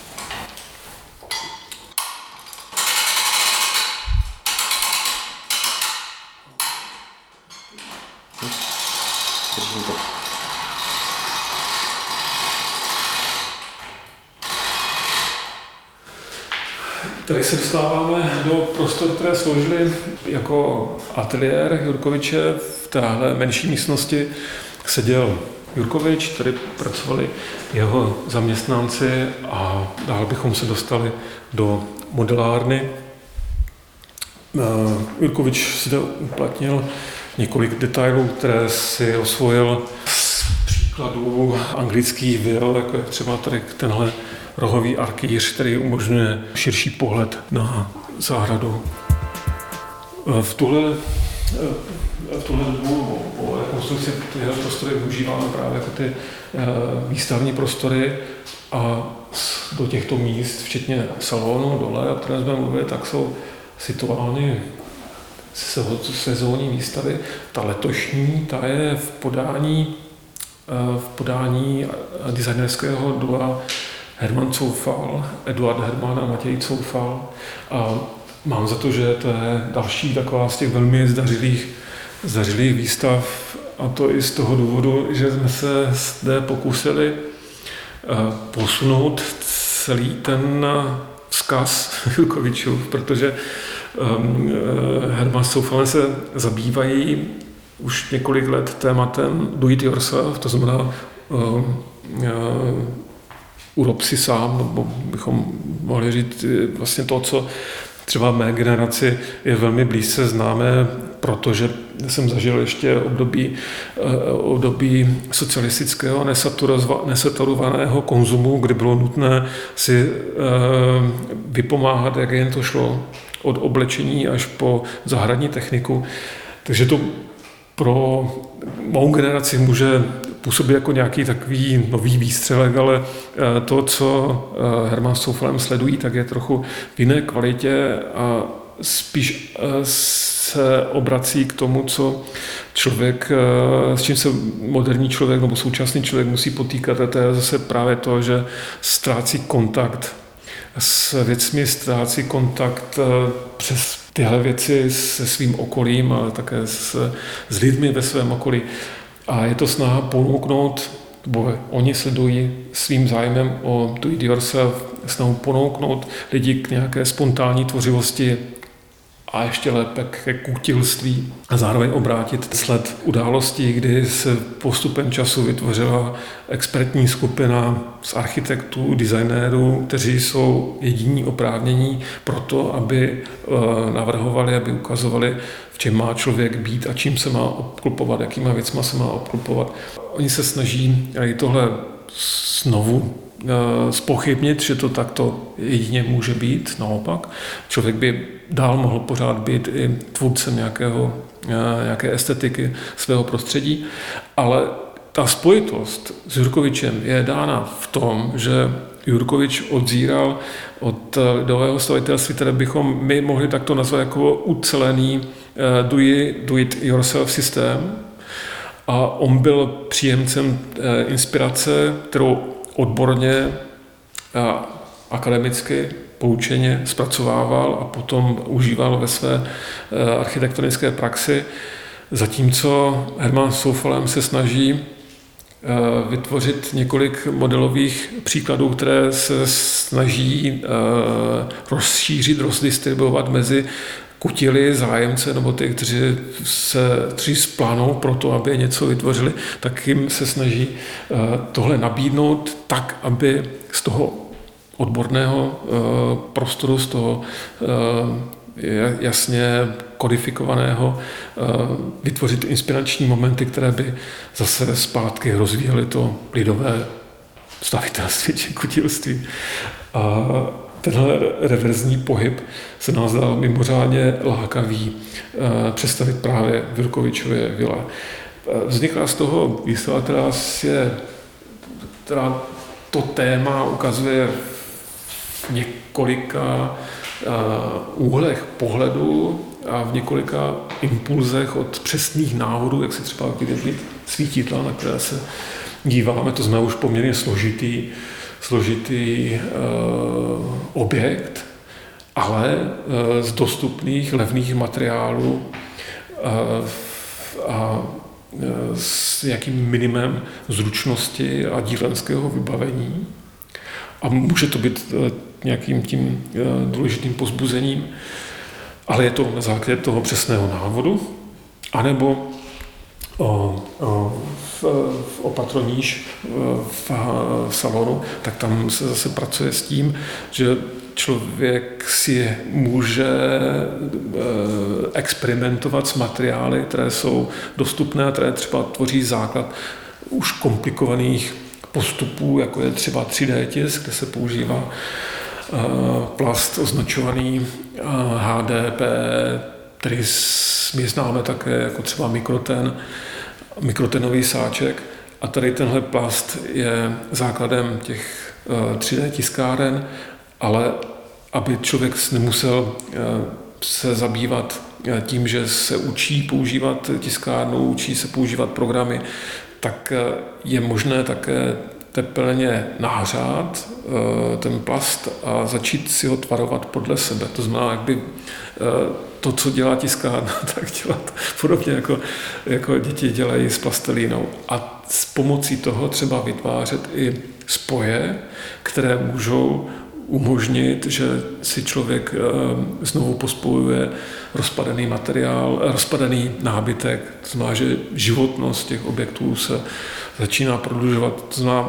Tady se dostáváme do prostor, které sloužily jako ateliér Jurkoviče. V téhle menší místnosti seděl Jurkovič, tady pracovali jeho zaměstnanci a dál bychom se dostali do modelárny. Jurkovič zde uplatnil několik detailů, které si osvojil z příkladů anglických vil, jako je třeba tady tenhle rohový arkýř, který umožňuje širší pohled na zahradu. V tuhle dobu po rekonstrukci tyhle prostory využíváme právě jako ty výstavní prostory a do těchto míst, včetně salonu dole, o kterém jsme mluvili, tak jsou situovány sezónní výstavy. Ta letošní, ta je v podání designerského dua Herman Coufal, Eduard Herman a Matěj Coufal. A mám za to, že to je další taková z těch velmi zdařilých výstav, a to i z toho důvodu, že jsme se zde pokusili posunout celý ten vzkaz Jurkovičův, protože Herman s Coufalem se zabývají už několik let tématem do it yourself, to znamená urob si sám, nebo bychom mohli říct vlastně to, co třeba mé generaci je velmi blízce známé, protože jsem zažil ještě období socialistického nesaturovaného konzumu, kdy bylo nutné si vypomáhat, jak jen to šlo, od oblečení až po zahradní techniku. Takže to pro mou generaci může působí jako nějaký takový nový výstřelek, ale to, co Hermann s Zauffalem sledují, tak je trochu v jiné kvalitě a spíš se obrací k tomu, co člověk, s čím se moderní člověk nebo současný člověk musí potýkat. A to je zase právě to, že ztrácí kontakt s věcmi, ztrácí kontakt přes tyhle věci se svým okolím, ale také s lidmi ve svém okolí. A je to snaha ponouknout, nebo oni sledují svým zájmem o do it yourself, snahu ponouknout lidi k nějaké spontánní tvořivosti a ještě lépe ke kutilství a zároveň obrátit sled událostí, kdy se postupem času vytvořila expertní skupina z architektů, designérů, kteří jsou jediní oprávnění pro to, aby navrhovali, aby ukazovali, v čem má člověk být a čím se má obklopovat, jakýma věcma se má obklopovat. Oni se snaží i tohle znovu zpochybnit, že to takto jedině může být. Naopak, člověk by dál mohl pořád být i tvůrcem nějaké estetiky svého prostředí, ale ta spojitost s Jurkovičem je dána v tom, že Jurkovič odzíral od lidového stavitelství, které bychom my mohli takto nazvat jako ucelený do it yourself systém. A on byl příjemcem inspirace, kterou odborně a akademicky poučeně zpracovával a potom užíval ve své architektonické praxi, zatímco Hermann s Zauffalem se snaží vytvořit několik modelových příkladů, které se snaží rozšířit, rozdistribuovat mezi kutili, zájemce nebo ty, kteří splánou pro to, aby něco vytvořili, tak jim se snaží tohle nabídnout tak, aby z toho odborného prostoru, z toho jasně kodifikovaného vytvořit inspirační momenty, které by zase zpátky rozvíjely to lidové stavitelství či kutilství. A tenhle reverzní pohyb se nás dal mimořádně lákavý představit právě v Jurkovičově vile. Vznikla z toho výstava, která to téma ukazuje v několika úhlech pohledu a v několika impulzech od přesných návodů, jak se třeba vidět svítidla, na které se díváme. To znamená už poměrně složitý objekt, ale z dostupných levných materiálů a s jakým minimem zručnosti a dílenského vybavení. A může to být nějakým tím důležitým povzbuzením, ale je to na základě toho přesného návodu, anebo v opatroníž v salonu, tak tam se zase pracuje s tím, že člověk si může experimentovat s materiály, které jsou dostupné a které třeba tvoří základ už komplikovaných postupů, jako je třeba 3D tisk, kde se používá plast označovaný HDP, který my známe také jako třeba mikrotenový sáček. A tady tenhle plast je základem těch 3D tiskáren, ale aby člověk nemusel se zabývat tím, že se učí používat tiskárnu, učí se používat programy, tak je možné také tepelně nahřát ten plast a začít si ho tvarovat podle sebe. To znamená, jak by to, co dělá tiskárna, tak dělat podobně jako děti dělají s plastelínou. A s pomocí toho třeba vytvářet i spoje, které můžou umožnit, že si člověk znovu pospojuje rozpadaný materiál, rozpadaný nábytek. To znamená, že životnost těch objektů se začíná prodlužovat. To znamená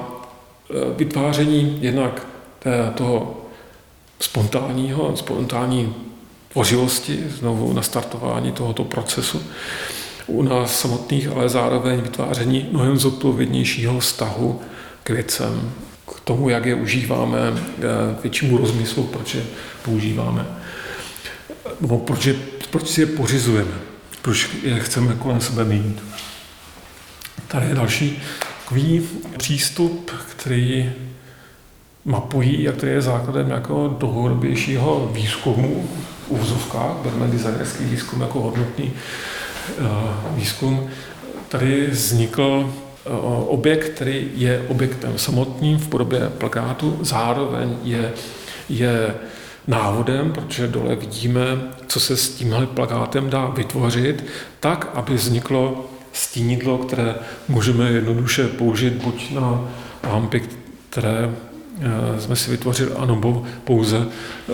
vytváření jednak toho spontánní oživosti, znovu nastartování tohoto procesu u nás samotných, ale zároveň vytváření mnohem zodpovědnějšího vztahu k věcem, k tomu, jak je užíváme, většímu rozmyslu, proč je používáme, nebo proč si je pořizujeme, proč je chceme kolem sebe mít. Tady je další takový přístup, který mapují a který je základem jako dlouhodobějšího výzkumu v uvozovkách, bereme designerský výzkum jako hodnotný výzkum. Tady vznikl objekt, který je objektem samotným v podobě plakátu, zároveň je návodem, protože dole vidíme, co se s tímhle plakátem dá vytvořit, tak, aby vzniklo stínidlo, které můžeme jednoduše použít buď na lampy, které jsme si vytvořili, anebo pouze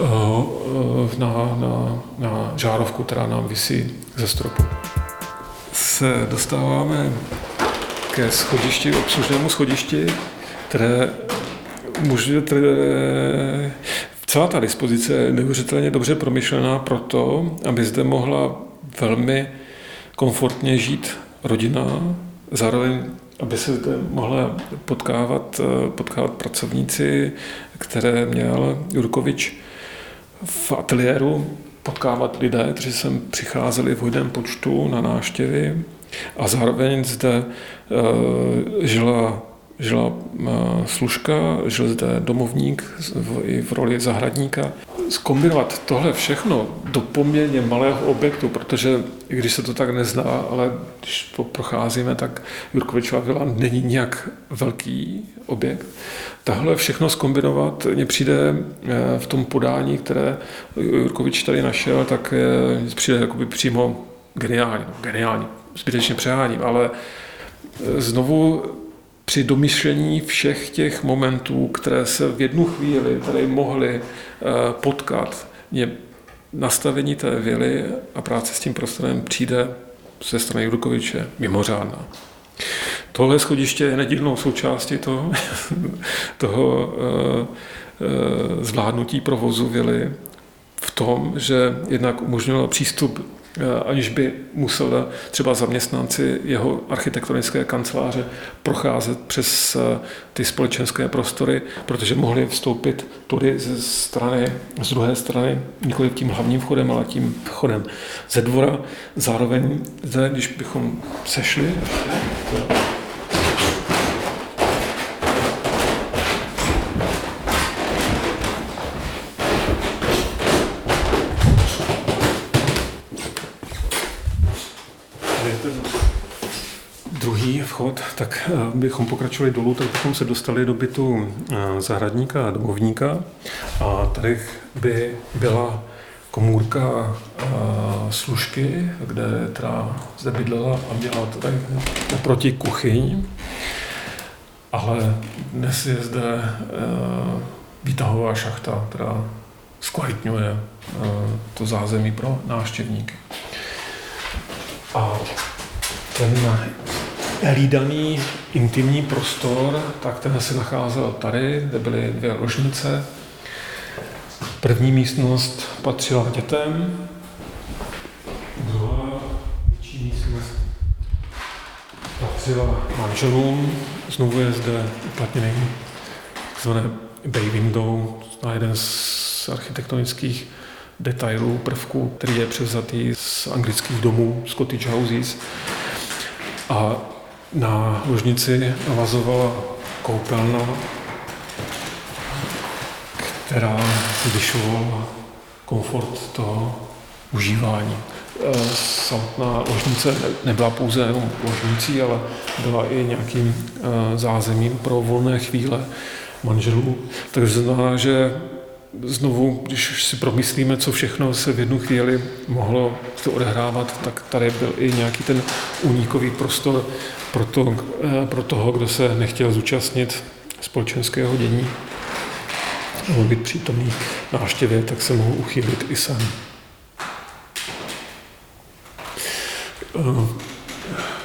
na žárovku, která nám visí ze stropu. Se dostáváme ke schodišti, obslužnému schodišti, které celá ta dispozice je neuvěřitelně dobře promyšlená proto, aby zde mohla velmi komfortně žít rodina, zároveň aby se zde mohla potkávat pracovníci, které měl Jurkovič v ateliéru, potkávat lidé, kteří sem přicházeli v hojném počtu na návštěvy a zároveň zde žila služka, žil zde domovník i v roli zahradníka. Zkombinovat tohle všechno do poměrně malého objektu, protože i když se to tak nezná, ale když procházíme, tak Jurkovičova vila není nějak velký objekt. Tahle všechno zkombinovat mně přijde v tom podání, které Jurkovič tady našel, tak přijde jakoby přímo geniální, zbytečně přeháním, ale znovu při domyšlení všech těch momentů, které se v jednu chvíli tady mohly potkat, nastavení té vily a práce s tím prostorem přijde ze strany Jurkoviče mimořádná. Tohle schodiště je nedílnou součástí toho zvládnutí provozu vily v tom, že jednak umožnilo přístup, aniž by museli třeba zaměstnanci jeho architektonické kanceláře procházet přes ty společenské prostory, protože mohli vstoupit tudy z druhé strany, nikoli tím hlavním vchodem, ale tím vchodem ze dvora. Zároveň zde, když bychom sešli, druhý vchod, tak bychom pokračovali dolů, tak bychom se dostali do bytu zahradníka a domovníka a tady by byla komůrka služky, kde teda zde bydlela a měla tady naproti kuchyň, ale dnes je zde výtahová šachta, která zkvalitňuje to zázemí pro návštěvníky. A ten hlídaný intimní prostor, tak ten se nacházel tady, kde byly 2 ložnice. První místnost patřila dětem, druhá větší místnost patřila manželům. Znovu je zde uplatněný takzvané bay window, na jeden z architektonických detailů, prvků, který je převzatý z anglických domů, z cottage houses. A na ložnici navazovala koupelna, která zvyšovala komfort toho užívání. Samotná ložnice nebyla pouze jenom ložnicí, ale byla i nějakým zázemím pro volné chvíle manželů. Takže znamená, že znovu, když si promyslíme, co všechno se v jednu chvíli mohlo se odehrávat, tak tady byl i nějaký ten únikový prostor pro toho, kdo se nechtěl zúčastnit společenského dění, mohl být přítomný návštěvě, tak se mohl uchýlit i sem.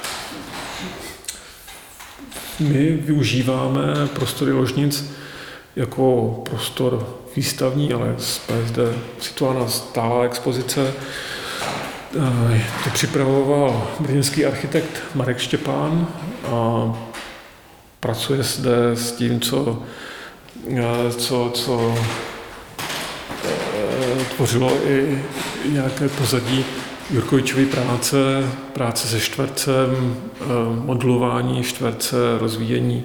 My využíváme prostory ložnic jako prostor výstavní, ale je zde situována stálá expozice. To připravoval brněnský architekt Marek Štěpán a pracuje zde s tím, co tvořilo i nějaké pozadí Jurkovičovy práce se čtvercem, modulování čtverce, rozvíjení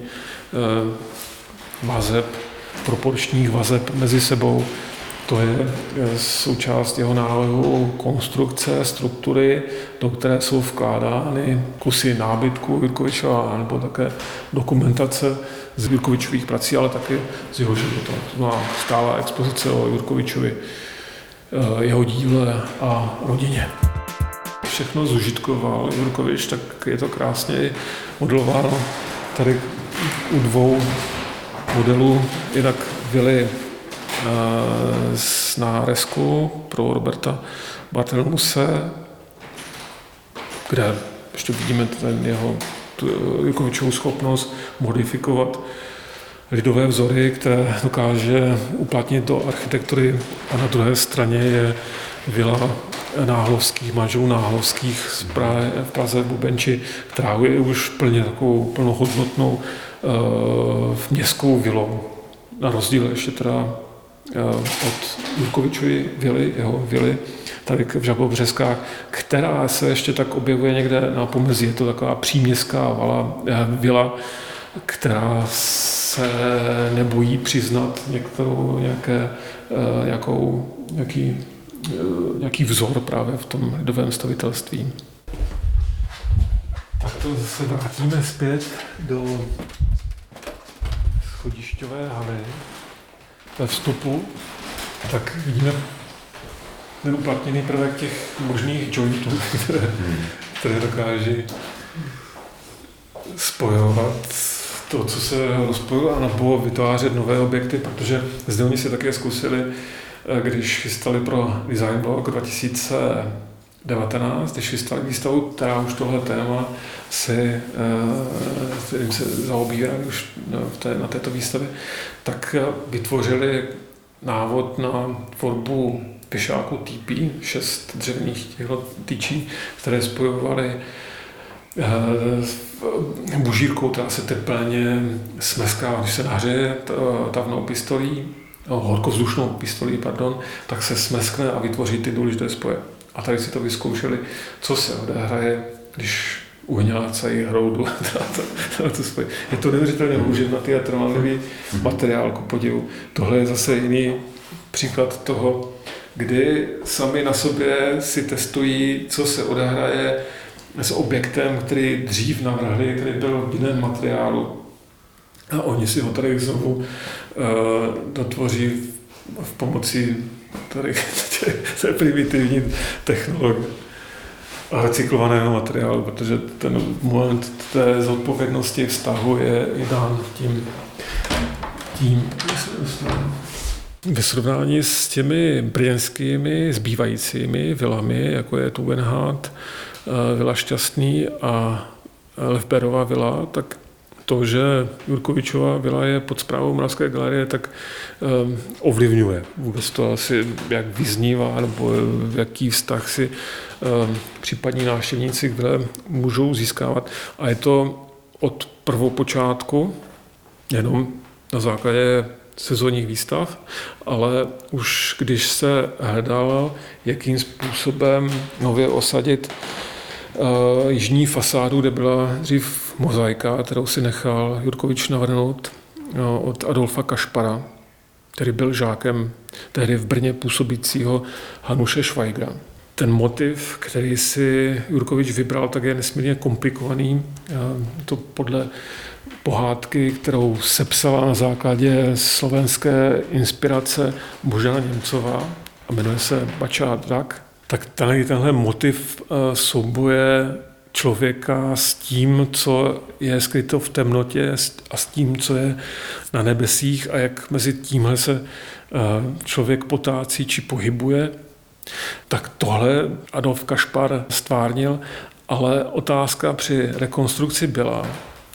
vazeb, proporčních vazeb mezi sebou. To je součást jeho návrhu konstrukce, struktury, do které jsou vkládány kusy nábytku Jurkovičova nebo také dokumentace z Jurkovičových prací, ale také z jeho života. To má stálá expozice o Jurkovičovi, jeho díle a rodině. Všechno zužitkoval Jurkovič, tak je to krásně modelováno tady u dvou modelů. Jednak vily z nárezku pro Roberta Barthelmuse, kde ještě vidíme jeho Jurkovičovu schopnost modifikovat lidové vzory, které dokáže uplatnit do architektury, a na druhé straně je vila Náhlovských, manželů Náhlovských v Praze v Bubenči, která je už takovou plnohodnotnou městskou vilou. Na rozdíl ještě teda od Jurkovičovy vily, jeho vily, tady v Žabobřeskách, která se ještě tak objevuje někde na pomezí. Je to taková příměstská vila, která se nebojí přiznat nějaký vzor právě v tom lidovém stavitelství. Tak to se vrátíme zpět do schodišťové haly. Ve vstupu, tak vidíme ten uplatněný prvek těch možných jointů, které dokáží spojovat to, co se rozpojilo, nebo vytvářet nové objekty, protože zde oni si také zkusili, když chystali pro Design Blog 2019, když chystali výstavu, která už tohle téma kterým se zaobírá už na této výstavě, tak vytvořili návod na tvorbu pyšáku TP, 6 dřevěných tyčí, které spojovaly bužírkou, která se tepelně smeská, když se nahřeje tavnou pistolí, horkovzdušnou pistolí, tak se smeskne a vytvoří ty důležité spoje. A tady si to vyzkoušeli, co se odehraje, když uhňácají hroudu. Je to neuvěřitelně houževnatý a trvanlivý materiál, ku podivu. Tohle je zase jiný příklad toho, kdy sami na sobě si testují, co se odehraje s objektem, který dřív navrhli, který byl v jiném materiálu. A oni si ho tady znovu dotvoří v pomoci tady té primitivní technologie a recyklovaného materiálu, protože ten moment té zodpovědnosti vztahu je dán tím ve srovnání s těmi brněnskými zbývajícími vilami, jako je Tugendhat, Vila Šťastný a Lefberova vila, tak to, že Jurkovičova vila je pod správou Moravské galerie, tak ovlivňuje vůbec to asi, jak vyznívá, nebo jaký vztah si případní návštěvníci k vile můžou získávat. A je to od prvopočátku, jenom na základě sezónních výstav, ale už když se hledalo, jakým způsobem nově osadit jižní fasádu, kde byla dřív mozaika, kterou si nechal Jurkovič navrhnout od Adolfa Kašpara, který byl žákem tehdy v Brně působícího Hanuše Švajgra. Ten motiv, který si Jurkovič vybral, tak je nesmírně komplikovaný. To podle pohádky, kterou sepsala na základě slovenské inspirace Božena Němcová a jmenuje se Bača a drak, tak tenhle motiv souboje člověka s tím, co je skryto v temnotě a s tím, co je na nebesích a jak mezi tímhle se člověk potácí či pohybuje, tak tohle Adolf Kašpar stvárnil, ale otázka při rekonstrukci byla,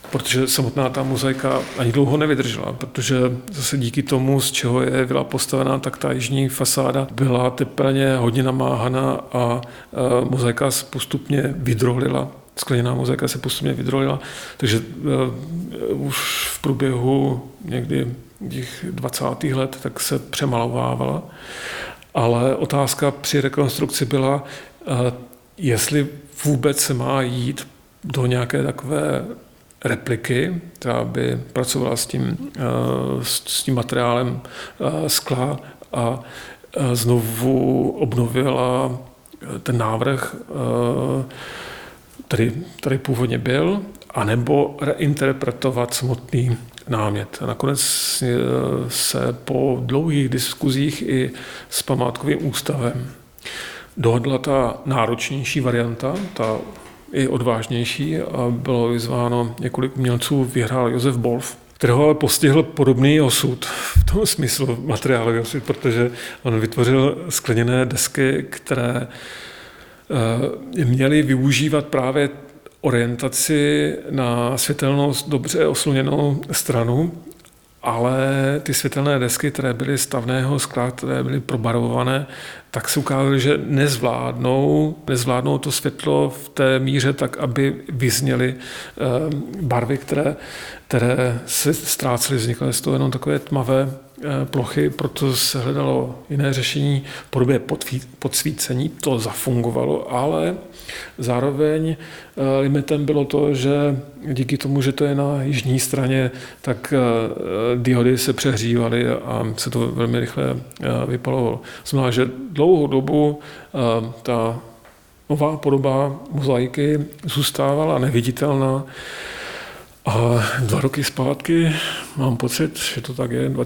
protože samotná ta mozaika ani dlouho nevydržela, protože zase díky tomu, z čeho je vila postavená, tak ta jižní fasáda byla tepelně hodně namáhaná a mozaika se postupně vydrolila. Skleněná mozaika se postupně vydrolila, takže už v průběhu někdy těch 20. let tak se přemalovávala. Ale otázka při rekonstrukci byla, jestli vůbec se má jít do nějaké takové repliky, která by pracovala s tím materiálem skla a znovu obnovila ten návrh, který tady původně byl, anebo reinterpretovat samotný námět. A nakonec se po dlouhých diskuzích i s památkovým ústavem dohodla ta náročnější varianta, ta i odvážnější, a bylo vyzváno několik umělců, vyhrál Josef Bolf, kterého ale postihl podobný osud v tom smyslu materiálový osud, protože on vytvořil skleněné desky, které měly využívat právě orientaci na světelnost dobře osluněnou stranu, ale ty světelné desky, které byly z tavného skla, které byly probarvované, tak se ukázalo, že nezvládnou to světlo v té míře tak, aby vyzněly barvy, které se ztrácely, vznikaly z toho jenom takové tmavé plochy, proto se hledalo jiné řešení v podobě podsvícení, to zafungovalo, ale zároveň limitem bylo to, že díky tomu, že to je na jižní straně, tak diody se přehřívaly a se to velmi rychle vypalovalo. Znamená, že dlouhou dobu ta nová podoba mozaiky zůstávala neviditelná. A 2 roky zpátky, mám pocit, že to tak je,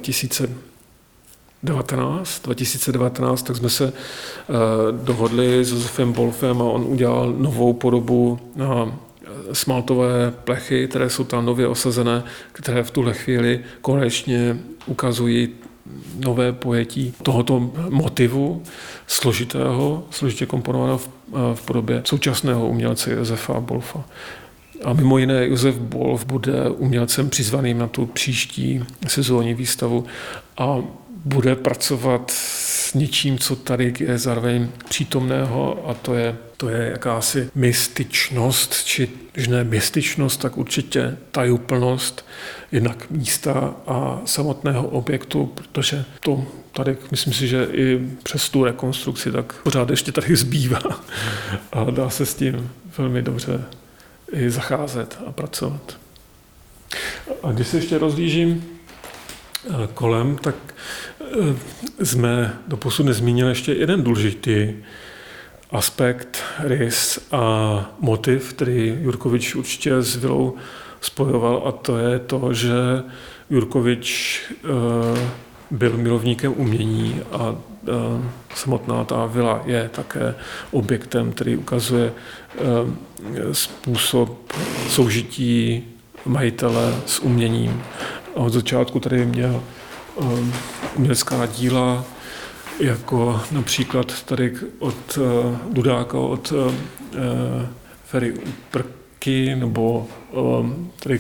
2019, tak jsme se dohodli s Josefem Bolfem a on udělal novou podobu na smaltové plechy, které jsou tam nově osazené, které v tuhle chvíli konečně ukazují nové pojetí tohoto motivu složitě komponovaného v podobě současného umělce Josefa Bolfa. A mimo jiné Josef Bolf bude umělcem přizvaným na tu příští sezónní výstavu a bude pracovat s něčím, co tady je zároveň přítomného, a to je jakási mystičnost, či když ne mystičnost, tak určitě tajuplnost jednak místa a samotného objektu, protože to tady, myslím si, že i přes tu rekonstrukci tak pořád ještě tady zbývá a dá se s tím velmi dobře i zacházet a pracovat. A když se ještě rozlížím kolem, tak jsme doposud nezmínili ještě jeden důležitý aspekt, rys a motiv, který Jurkovič určitě s vilou spojoval, a to je to, že Jurkovič byl milovníkem umění a samotná ta vila je také objektem, který ukazuje způsob soužití majitele s uměním. A od začátku tady měl umělecká díla, jako například tady od Dudáka, od Ferry Úprky, nebo tady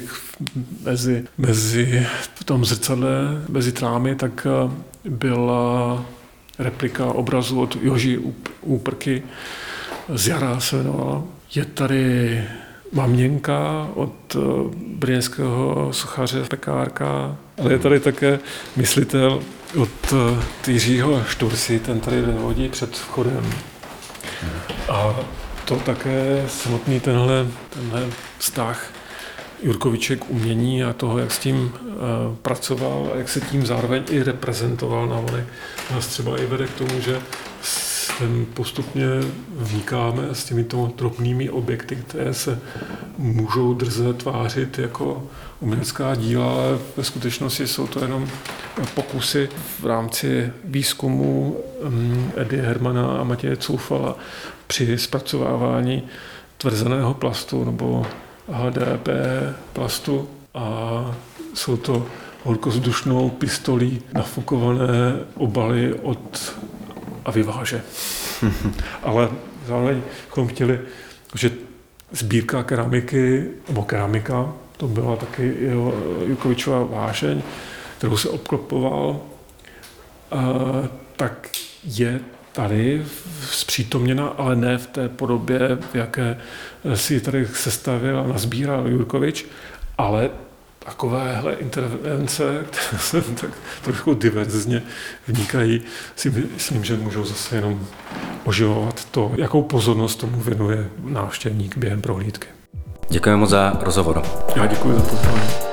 mezi v tom zrcadle, mezi trámy, tak byla replika obrazu od Joži Úprky, z jara se jmenovala. Je tady Maměnka od brněnského sochaře Pekárka, ale je tady také myslitel od Jiřího Štursy, ten tady hodí před vchodem. A to také samotný tenhle vztah Jurkoviče k umění a toho, jak s tím pracoval a jak se tím zároveň i reprezentoval navonek, nás třeba i vede k tomu, že postupně vníkáme s těmito drobnými objekty, které se můžou drze tvářit jako umělecká díla, ale ve skutečnosti jsou to jenom pokusy v rámci výzkumu Eddie Hermana a Matěje Coufala při zpracovávání tvrzeného plastu nebo HDP plastu, a jsou to horkozdušnou pistolí nafukované obaly od Aviváže. Ale zároveň bychom chtěli, že sbírka keramiky, nebo keramika, to byla taky jeho Jurkovičova vášeň, kterou se obklopoval, tak je tady zpřítomněna, ale ne v té podobě, v jaké si tady sestavil a nazbíral Jurkovič, ale takovéhle intervence, které se tak trošku diverzně vnikají, si myslím, že můžou zase jenom oživovat to, jakou pozornost tomu věnuje návštěvník během prohlídky.
Děkujeme moc za rozhovor.
Já děkuji za pozvání.